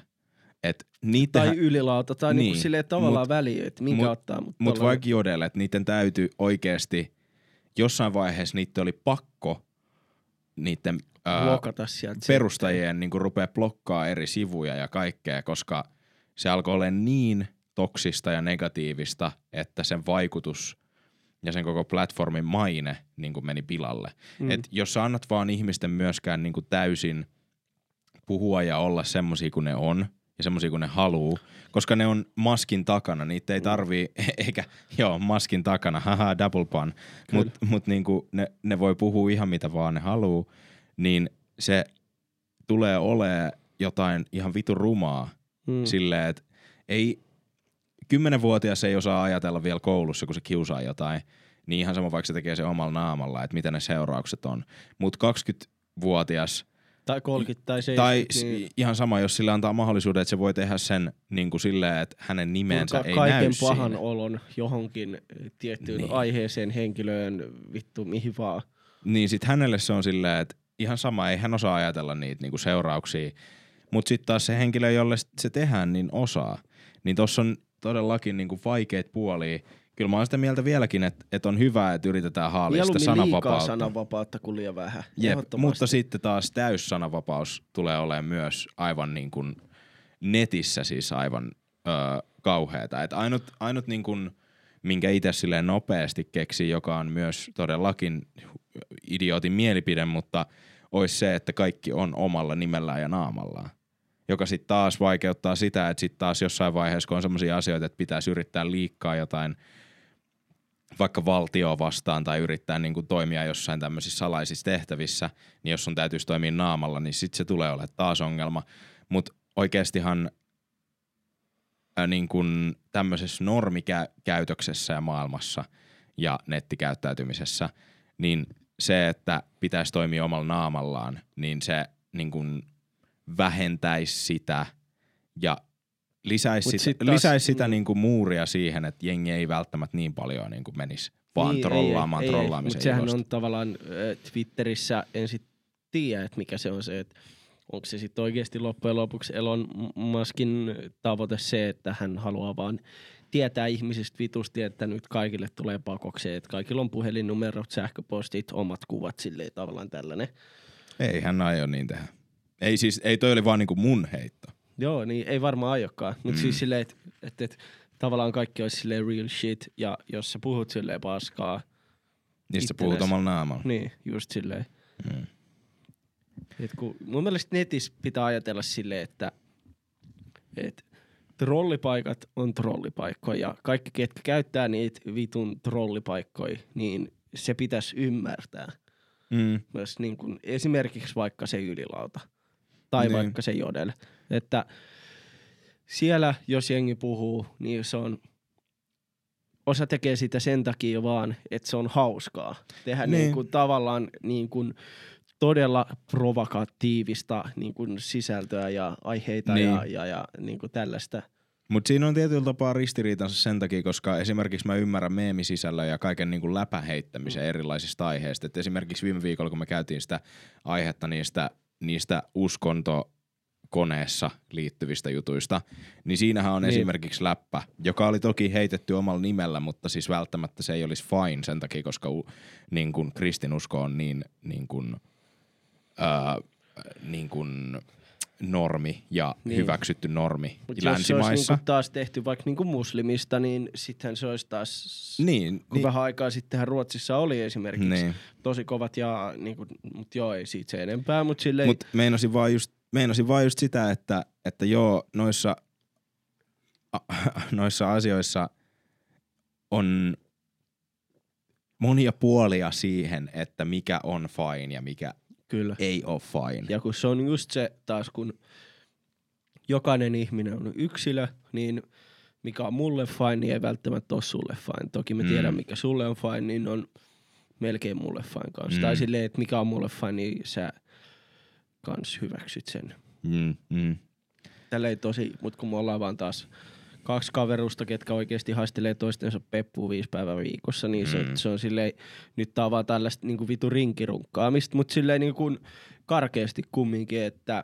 [SPEAKER 1] Tai ylilauta tai niinku silleen tavallaan väliä, että minkä ottaa.
[SPEAKER 2] Mutta vaikka Jodel, että niiden täytyy oikeasti, jossain vaiheessa niiden oli pakko niiden perustajien niinku rupea blokkaa eri sivuja ja kaikkea, koska se alkoi olla niin toksista ja negatiivista, että sen vaikutus ja sen koko platformin maine niin kuin meni pilalle. Et jos sä annat vaan ihmisten myöskään niin kuin täysin puhua ja olla semmosia kuin ne on ja semmosia kuin ne haluu, koska ne on maskin takana, niitä ei tarvii, maskin takana, haha, double pun, mut niin kuin ne voi puhua ihan mitä vaan ne haluu, niin se tulee olemaan jotain ihan vitun rumaa silleen, että ei 10-vuotias ei osaa ajatella vielä koulussa, kun se kiusaa jotain, niin ihan sama vaikka se tekee se omalla naamalla, että mitä ne seuraukset on. Mutta 20-vuotias
[SPEAKER 1] tai 30 tai 70.
[SPEAKER 2] Tai ihan sama, jos sillä antaa mahdollisuuden, että se voi tehdä sen niin kuin silleen, että hänen nimensä ei näy
[SPEAKER 1] kaiken pahan olon johonkin tiettyyn aiheeseen, henkilöön, vittu mihin vaan.
[SPEAKER 2] Niin sit hänelle se on silleen, että ihan sama, ei hän osaa ajatella niitä niin kuin seurauksia. Mutta sitten taas se henkilö, jolle se tehdään, niin osaa. Niin tossa on todellakin niinku vaikeat puolia. Kyllä mä oon sitä mieltä vieläkin, että on hyvä, että yritetään haalia sitä sananvapautta.
[SPEAKER 1] Liikaa sananvapautta kuin liian vähän.
[SPEAKER 2] Jep, mutta sitten taas täyssananvapaus tulee olemaan myös aivan niin kuin netissä siis aivan kauheata. Et ainut niin kuin, minkä itse silleen nopeasti keksii, joka on myös todellakin idiootin mielipide, mutta olisi se, että kaikki on omalla nimellään ja naamallaan. Joka sitten taas vaikeuttaa sitä, että sitten taas jossain vaiheessa, kun on semmoisia asioita, että pitäisi yrittää liikkaa jotain vaikka valtioa vastaan tai yrittää niin kuin toimia jossain tämmöisissä salaisissa tehtävissä, niin jos sun täytyisi toimia naamalla, niin sit se tulee olemaan taas ongelma. Mutta oikeastihan niin kuin tämmöisessä normikäytöksessä ja maailmassa ja nettikäyttäytymisessä, niin se, että pitäisi toimia omalla naamallaan, niin se niin kuin vähentäisi sitä ja lisäisi sitä niin kuin muuria siihen, että jengi ei välttämättä niin paljon niin kuin menisi vaan niin, trollaamisen
[SPEAKER 1] mutta sehän on tavallaan Twitterissä, en sit tiedä, että mikä se on se, että onko se sitten oikeasti loppujen lopuksi Elon Muskin tavoite se, että hän haluaa vaan tietää ihmisistä vitusti, että nyt kaikille tulee pakokseen, että kaikilla on puhelinnumerot, sähköpostit, omat kuvat, silleen tavallaan tällainen.
[SPEAKER 2] Ei hän aio niin tehdä. Ei toi oli vaan niinku mun heitto.
[SPEAKER 1] Joo, niin ei varmaan aiokaan, mutta siis silleen, että tavallaan kaikki olisi silleen real shit, ja jos sä puhut silleen paskaa.
[SPEAKER 2] Niin sä puhut omalla naamalla.
[SPEAKER 1] Niin, just silleen. Mun mielestä netissä pitää ajatella silleen, että trollipaikat on trollipaikkoja ja kaikki, ketkä käyttää niitä vitun trollipaikkoja, niin se pitäisi ymmärtää. Myös niin kuin esimerkiksi vaikka se ylilauta tai vaikka se jodel. Että siellä, jos jengi puhuu, niin se on, osa tekee sitä sen takia vaan, että se on hauskaa. Tehdä niin kuin tavallaan niin kuin todella provokatiivista niin kuin sisältöä ja aiheita ja niin kuin tällaista.
[SPEAKER 2] Mutta siinä on tietyllä tapaa ristiriitansa sen takia, koska esimerkiksi mä ymmärrän meemisisällön ja kaiken niin kuin läpäheittämisen erilaisista aiheista. Et esimerkiksi viime viikolla, kun me käytiin sitä aihetta niistä uskontokoneessa liittyvistä jutuista, niin siinähän on esimerkiksi läppä, joka oli toki heitetty omalla nimellä, mutta siis välttämättä se ei olisi fine sen takia, koska niin kuin kristinusko on niin kuin normi ja hyväksytty normi länsimaissa.
[SPEAKER 1] Jos se olisi niinku taas tehty vaikka niinku muslimista, niin sittenhän se olisi taas, kun vähän aikaa sittenhän Ruotsissa oli esimerkiksi tosi kovat ja niinku, mut joo, ei siitä se enempää, mut silleen.
[SPEAKER 2] Mut meinasin vaan just sitä, että joo, noissa asioissa on monia puolia siihen, että mikä on fine ja mikä ei ole fine.
[SPEAKER 1] Ja kun se on just se taas, kun jokainen ihminen on yksilö, niin mikä on mulle fine, niin ei välttämättä ole sulle fine. Toki mä tiedän, mikä sulle on fine, niin on melkein mulle fine kanssa. Tai silleen, että mikä on mulle fine, niin sä kans hyväksyt sen. Tälleen tosi, mutta kun me ollaan vaan taas 2 kaverusta, ketkä oikeesti haistelee toistensa peppuun 5 päivää viikossa, niin se on silleen, nyt tää on vaan tällaista niinku vitu rinkirunkkaamista, mut silleen niinku karkeasti kumminkin, että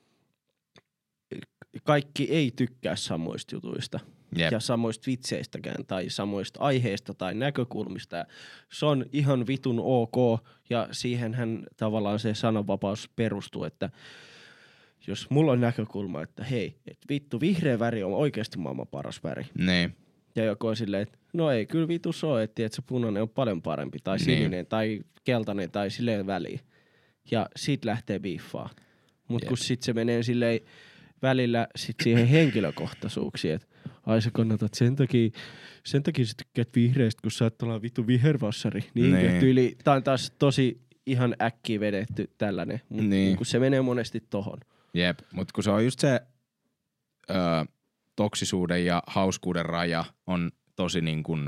[SPEAKER 1] kaikki ei tykkää samoista jutuista. Ja samoista vitseistäkään tai samoista aiheista tai näkökulmista. Se on ihan vitun ok ja siihenhän tavallaan se sananvapaus perustuu, että jos mulla on näkökulma, että hei, et vittu vihreä väri on oikeasti maailman paras väri.
[SPEAKER 2] Niin.
[SPEAKER 1] Ja joku on silleen, että no ei kyllä vitu se on, että punainen on paljon parempi tai sininen tai keltainen tai silleen väliin. Ja sit lähtee biiffaa. Mut kun sit se menee silleen välillä sit siihen henkilökohtaisuuksiin, että ai sä kannatat sen takia sä tykkäät vihreästä, kun sä oot tällainen vittu vihervassari. Niin. Tyyli, tää on taas tosi ihan äkkiä vedetty tällainen, mutta niin kun se menee monesti tohon.
[SPEAKER 2] Jep, mutta kun se on just se toksisuuden ja hauskuuden raja on tosi niin kuin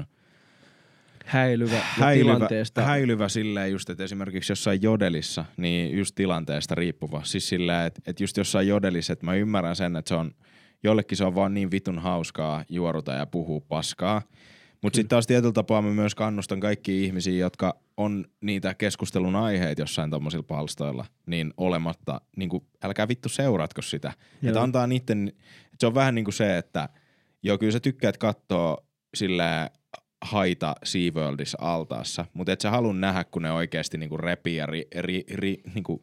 [SPEAKER 2] häilyvä silleen just, että esimerkiksi jossain jodelissa, niin just tilanteesta riippuva. Siis silleen, että just jossain jodelissa, että mä ymmärrän sen, että se on, jollekin se on vaan niin vitun hauskaa juoruta ja puhua paskaa. Mutta sitten taas tietyllä tapaa mä myös kannustan kaikkia ihmisiä, jotka on niitä keskustelun aiheita jossain tommosilla palstoilla, niin olematta, niinku, älkää vittu seuratko sitä. Että antaa niitten, se on vähän niinku se, että joo, kyllä sä tykkäät katsoa silleen haita SeaWorldissa altaassa, mutta et sä halun nähdä, kun ne oikeesti niinku repii ja niinku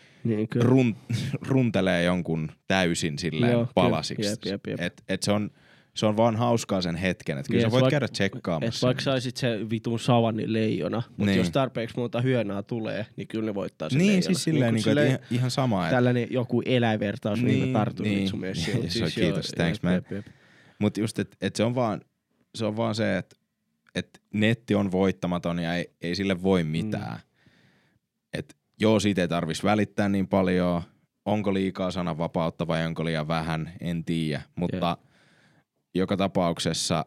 [SPEAKER 2] runtelee jonkun täysin silleen palasiksi. Et se on vaan hauskaa sen hetken, että kyllä sä voit käydä tsekkaamassa.
[SPEAKER 1] Vaikka saisit se vitun savannin leijona, mutta jos tarpeeksi monta hyönää tulee, niin kyllä ne voittaa sen leijona.
[SPEAKER 2] Siis silleen, niin silleen ihan sama.
[SPEAKER 1] Tällainen joku eläinvertaus, niin mä tartun vitsu myös.
[SPEAKER 2] Kiitos, thanks man. Mutta just, että se on vaan se, että netti on voittamaton ja ei sille voi mitään. Et joo, siitä ei tarvitsisi välittää niin paljon. Onko liikaa sananvapautta vai onko liian vähän, en tiedä. Mutta joka tapauksessa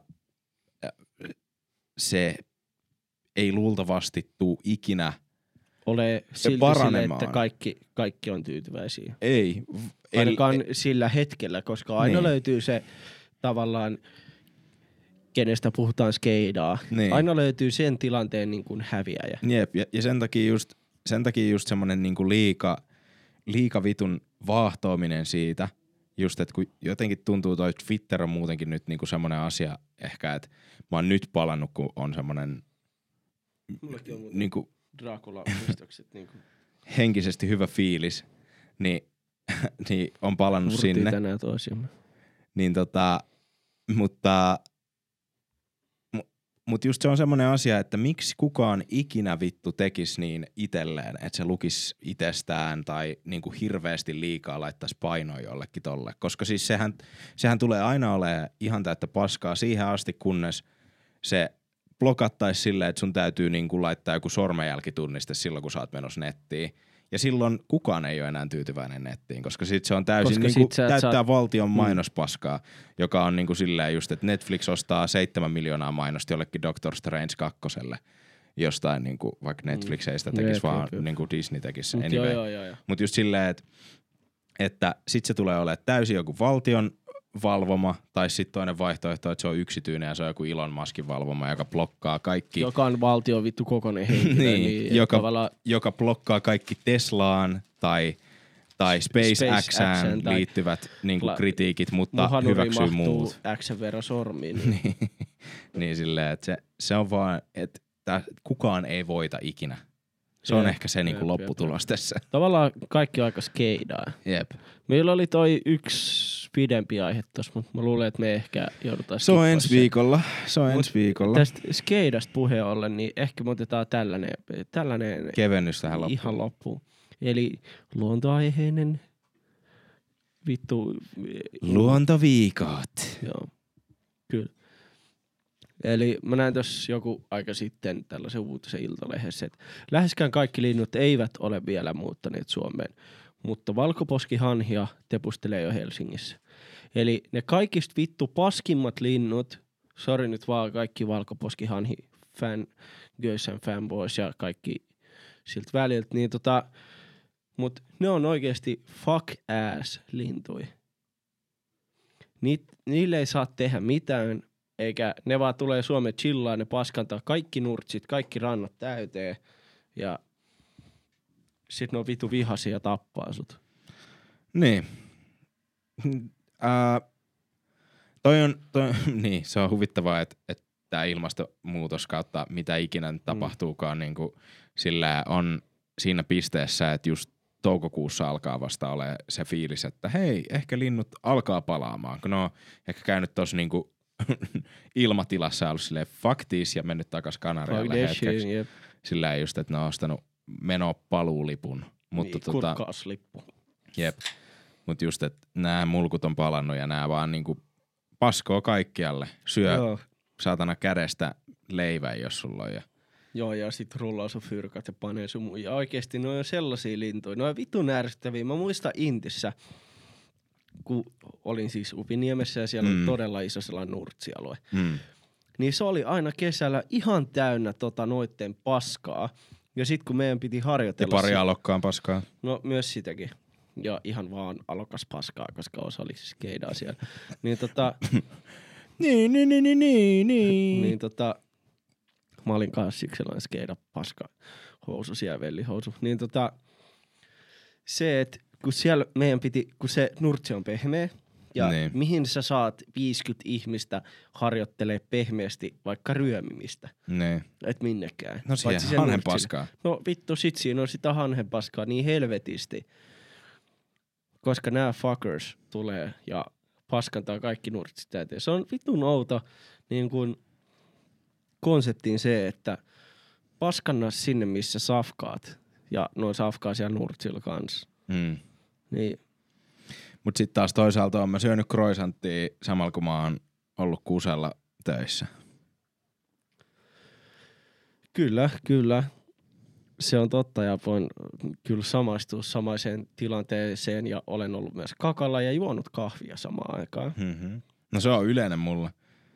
[SPEAKER 2] se ei luultavasti tule ikinä
[SPEAKER 1] ole silti sille, että kaikki on tyytyväisiä.
[SPEAKER 2] Ei.
[SPEAKER 1] Ainakaan sillä hetkellä, koska aina löytyy se tavallaan, kenestä puhutaan skeidaa. Niin. Aina löytyy sen tilanteen niin kuin häviäjä.
[SPEAKER 2] Jep, ja sen takia just semmonen niin kuin liika vitun vaahtoaminen siitä, just että kun jotenkin tuntuu toi Twitter on muutenkin nyt niinku semmonen asia ehkä, että mä oon nyt palannut, kun on semmonen niinku
[SPEAKER 1] Dracula-muistokset niinku
[SPEAKER 2] henkisesti hyvä fiilis, niin on palannut
[SPEAKER 1] murtii
[SPEAKER 2] sinne.
[SPEAKER 1] Tänään toisiamme.
[SPEAKER 2] Niin mutta just se on semmoinen asia, että miksi kukaan ikinä vittu tekisi niin itselleen, että se lukisi itsestään tai niinku hirveästi liikaa laittaisi painoa jollekin tolle. Koska siis sehän tulee aina olemaan ihan täyttä paskaa siihen asti, kunnes se blokattaisi silleen, että sun täytyy niinku laittaa joku sormenjälkitunniste silloin, kun sä oot menossa nettiin. Ja silloin kukaan ei ole enää tyytyväinen nettiin, koska sit se on täysin niinku täyttää valtion mainospaskaa, joka on niinku silleen just, että Netflix ostaa 7 miljoonaa mainosta jollekin Doctor Strange 2. Jostain niinku, vaikka Netflix ei sitä tekisi, vaan niinku Disney tekisi anyway. Mut just silleen, että sit se tulee olemaan täysin joku valtion valvoma, tai sitten toinen vaihtoehto, että se on yksityinen ja se on joku Elon Muskin valvoma, joka blokkaa kaikki.
[SPEAKER 1] Joka on valtion vittu kokoinen henkilö.
[SPEAKER 2] niin, joka blokkaa kaikki Teslaan tai SpaceXään liittyvät niinku kritiikit, mutta hyväksyy muut.
[SPEAKER 1] X:n verran sormiin.
[SPEAKER 2] niin silleen, että se on vaan, että kukaan ei voita ikinä. Se on ehkä se niinku lopputulos tässä.
[SPEAKER 1] Tavallaan kaikki aika skeidaa.
[SPEAKER 2] Jep.
[SPEAKER 1] Meillä oli toi yksi pidempi aihe tossa, mutta mä luulen, että me ehkä joudutaan
[SPEAKER 2] Se on ensi viikolla.
[SPEAKER 1] Tästä skeidasta puheen ollen, niin ehkä me otetaan tällainen
[SPEAKER 2] kevennys tähän loppuun.
[SPEAKER 1] Ihan loppuun. Eli luontoaiheinen vittu.
[SPEAKER 2] Luontoviikot.
[SPEAKER 1] Joo, kyllä. Eli mä näin tuossa joku aika sitten tällaisen uutisen Iltalehdessä, että läheskään kaikki linnut eivät ole vielä muuttaneet Suomeen, mutta valkoposkihanhia tepustelee jo Helsingissä. Eli ne kaikista vittu paskimmat linnut, sori nyt vaan kaikki valkoposkihanhi girls and fanboys ja kaikki siltä väliltä, niin mut ne on oikeesti fuck ass lintui. Niille ei saa tehdä mitään. Eikä ne vaan tulee Suomeen chillaan, ne paskantaa kaikki nurtsit, kaikki rannat täyteen ja sit ne on vitu vihaisia ja tappaa sut.
[SPEAKER 2] Niin. Niin, se on huvittavaa, että tää ilmastonmuutos kautta mitä ikinä nyt tapahtuukaan, niinku sillä on siinä pisteessä, että just toukokuussa alkaa vasta ole se fiilis, että hei, ehkä linnut alkaa palaamaan, kun ne on ehkä käynyt tossa niinku ilmatilassa ollut silleen fuck this ja mennyt takas Kanarialle hetkeksi. Sillä just, että ne on ostanut paluulipun. Mutta
[SPEAKER 1] niin, kurkkauslippu.
[SPEAKER 2] Jep. Mut just, että nää mulkut on palannut ja nää vaan niinku paskoo kaikkialle. Syö saatana kädestä leivän, jos sulla on.
[SPEAKER 1] Joo, ja sit rullaa sun fyrkat ja panee sun muun. Ja oikeesti ne on sellaisia lintuja. Ne on vitun ärsyttäviä. Mä muistan Intissä, kun olin siis Upiniemessä ja siellä on todella iso sellainen nurtsialue. Niin se oli aina kesällä ihan täynnä noitten paskaa. Ja sit kun meidän piti harjoitella...
[SPEAKER 2] Ja pari alokkaan paskaa.
[SPEAKER 1] No myös sitäkin. Ja ihan vaan alokas paskaa, koska osa oli siis skeidaa siellä. Niin Niin mä olin kanssa siksi sellainen skeida paska housu siellä, vellihousu. Niin se, että kun siellä meidän piti, kun se nurtsi on pehmeä, ja mihin sä saat 50 ihmistä harjoittelee pehmeästi vaikka ryömimistä. Et minnekään.
[SPEAKER 2] No siihen hanhenpaskaa.
[SPEAKER 1] No vittu, sit siinä on sitä hanhenpaskaa niin helvetisti. Koska nämä fuckers tulee ja paskantaa kaikki nurtsit täyteen. Se on vitun outo niin kuin konseptiin se, että paskanna sinne missä safkaat. Ja noin safkaa siellä nurtsilla kanssa. Niin.
[SPEAKER 2] Mut sit taas toisaalta oon mä syönyt croissanttia samalla kun mä oon ollut Kusella töissä.
[SPEAKER 1] Kyllä. Se on totta ja voin kyllä samaistua samaiseen tilanteeseen ja olen ollut myös kakalla ja juonut kahvia samaan aikaan.
[SPEAKER 2] Mm-hmm. No se on yleinen mulla.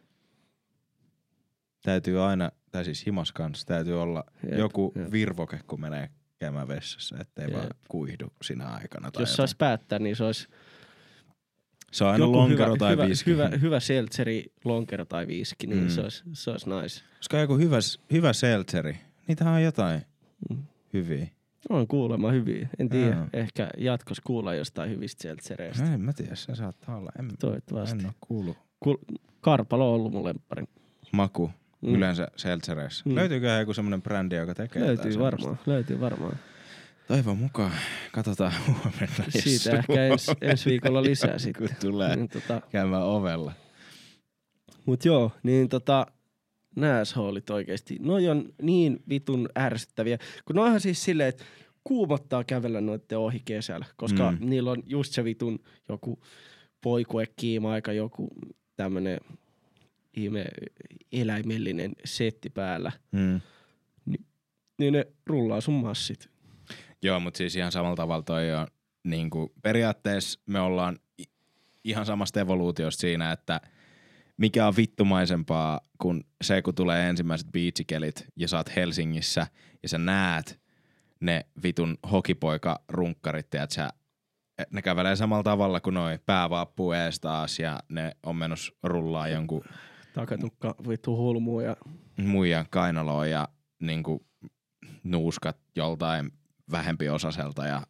[SPEAKER 2] Täytyy aina, tai siis himas kanssa, täytyy olla joku virvoke, kun menee käymään vessassa, ettei vaan kuihdu sinä aikana. Tai
[SPEAKER 1] jos saisi päättää, niin se olisi
[SPEAKER 2] se on aina lonkero tai viski.
[SPEAKER 1] Hyvä seltseri, lonkero tai viski, niin se olisi nice.
[SPEAKER 2] Koska joku hyvä seltseri, niitähän on jotain hyviä.
[SPEAKER 1] On kuulemma hyviä. En tiedä, ehkä jatkossa kuulla jostain hyvistä seltsereistä.
[SPEAKER 2] En mä tiedä, se saattaa olla.
[SPEAKER 1] Toivottavasti.
[SPEAKER 2] En ole kuullut.
[SPEAKER 1] Karpalo on ollut mun lemppari.
[SPEAKER 2] Maku, yleensä seltsereissä. Löytyykö joku semmonen brändi, joka tekee
[SPEAKER 1] Löytyy varmaan.
[SPEAKER 2] Toivon mukaan. Katsotaan huomenna.
[SPEAKER 1] Siitä ehkä ensi viikolla lisää sitten.
[SPEAKER 2] Kun tulee niin, käymään ovella.
[SPEAKER 1] Mut joo, niin nääshoolit oikeesti. Noi on niin vitun ärsyttäviä. Kun noihan siis silleen, että kuumottaa kävellä noitten ohi kesällä. Koska niillä on just se vitun joku poikuekiima-aika, joku tämmönen ihme eläimellinen setti päällä. Niin ne rullaa sun massit.
[SPEAKER 2] Joo, mutta siis ihan samalla tavalla toi on niinku, periaatteessa me ollaan ihan samasta evoluutiosta siinä, että mikä on vittumaisempaa kuin se, kun tulee ensimmäiset beachikelit ja sä oot Helsingissä ja sä näet ne vitun hokipoika-runkkarit, tiiätsä, ne kävelee samalla tavalla kuin noi päävappuu ees taas ja ne on menossa rullaa jonkun
[SPEAKER 1] takatukka vittu hulmuun ja
[SPEAKER 2] muijan kainaloon ja niinku nuuskat joltain vähempiosaselta ja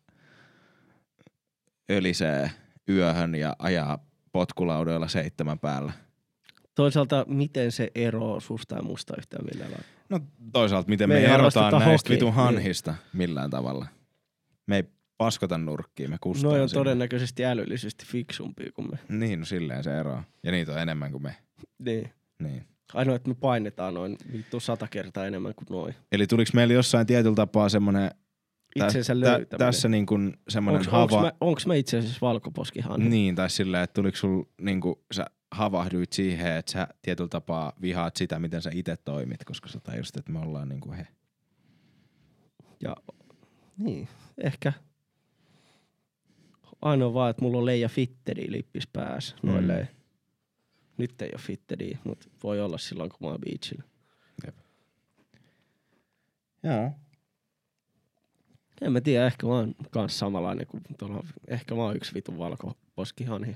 [SPEAKER 2] ölisee yöhön ja ajaa potkulaudoilla 7 päällä.
[SPEAKER 1] Toisaalta miten se eroaa susta ja musta yhtään millään lailla?
[SPEAKER 2] No toisaalta miten me erotaan näistä vitun hanhista millään tavalla. Me ei paskota nurkkiin, me kustaan
[SPEAKER 1] no on todennäköisesti älyllisesti fiksumpia kuin me.
[SPEAKER 2] Niin, no silleen se eroaa. Ja niitä on enemmän kuin me. Niin.
[SPEAKER 1] Ainoa, että me painetaan noin vittu 100 kertaa enemmän kuin noin.
[SPEAKER 2] Eli tuliko meillä jossain tietyllä tapaa semmonen
[SPEAKER 1] itsensä löytäminen.
[SPEAKER 2] Tässä niin kuin semmoinen
[SPEAKER 1] onks mä itse asiassa valkoposkihanhi?
[SPEAKER 2] Niin, tai silleen, että tuliko sul niinku, sä havahduit siihen, että sä tietyllä tapaa vihaat sitä, miten sä itse toimit, koska sä tajusit, että me ollaan niinku he.
[SPEAKER 1] Ja niin, ehkä. Ainoa vaan, että mulla on Leija Fittedi lippis päässä noilleen. Nyt ei oo Fittediä, mutta voi olla silloin, kun mä oon beachillä.
[SPEAKER 2] Joo.
[SPEAKER 1] En mä tiedä, ehkä mä oon kans samanlainen kuin tuolla. Ehkä mä oon yksi vitun valkoposkihanhi.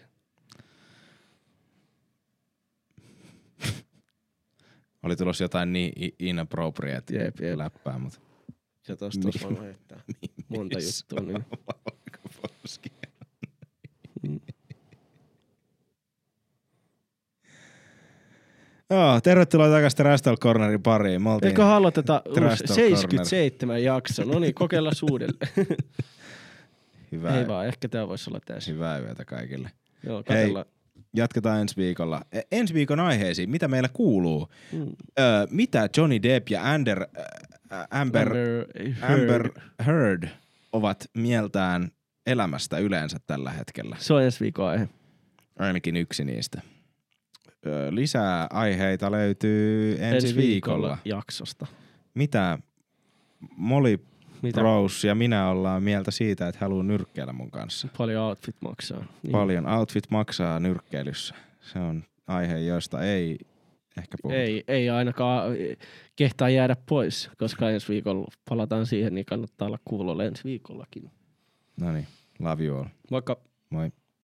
[SPEAKER 2] Oli tulossa jotain niin inappropriate läppää, mutta
[SPEAKER 1] ja tosta on heittää monta juttua. Niin.
[SPEAKER 2] Joo, tervetuloa takaisin Trastal Cornerin pariin.
[SPEAKER 1] Eikö aloiteta 77 jakso? No niin, kokeillaan uudelleen.
[SPEAKER 2] Hyvä.
[SPEAKER 1] Ei vaan, ehkä tää voisi olla tässä.
[SPEAKER 2] Hyvää yötä kaikille.
[SPEAKER 1] Joo, katsellaan.
[SPEAKER 2] Hei, jatketaan ensi viikolla. Ensi viikon aiheisiin, mitä meillä kuuluu? Mitä Johnny Depp ja Amber Heard ovat mieltään elämästä yleensä tällä hetkellä?
[SPEAKER 1] Se on ensi viikon aihe.
[SPEAKER 2] Ainakin yksi niistä. Lisää aiheita löytyy ensi viikolla
[SPEAKER 1] jaksosta.
[SPEAKER 2] Mitä Molly Rose ja minä ollaan mieltä siitä, että haluaa nyrkkeillä mun kanssa?
[SPEAKER 1] Paljon outfit maksaa.
[SPEAKER 2] Niin. Paljon outfit maksaa nyrkkeilyssä. Se on aihe, josta ei ehkä puhuta.
[SPEAKER 1] Ei ainakaan kehtaa jäädä pois, koska ensi viikolla palataan siihen, niin kannattaa olla kuulolla ensi viikollakin.
[SPEAKER 2] Noniin, love you all.
[SPEAKER 1] Moikka.
[SPEAKER 2] Moi.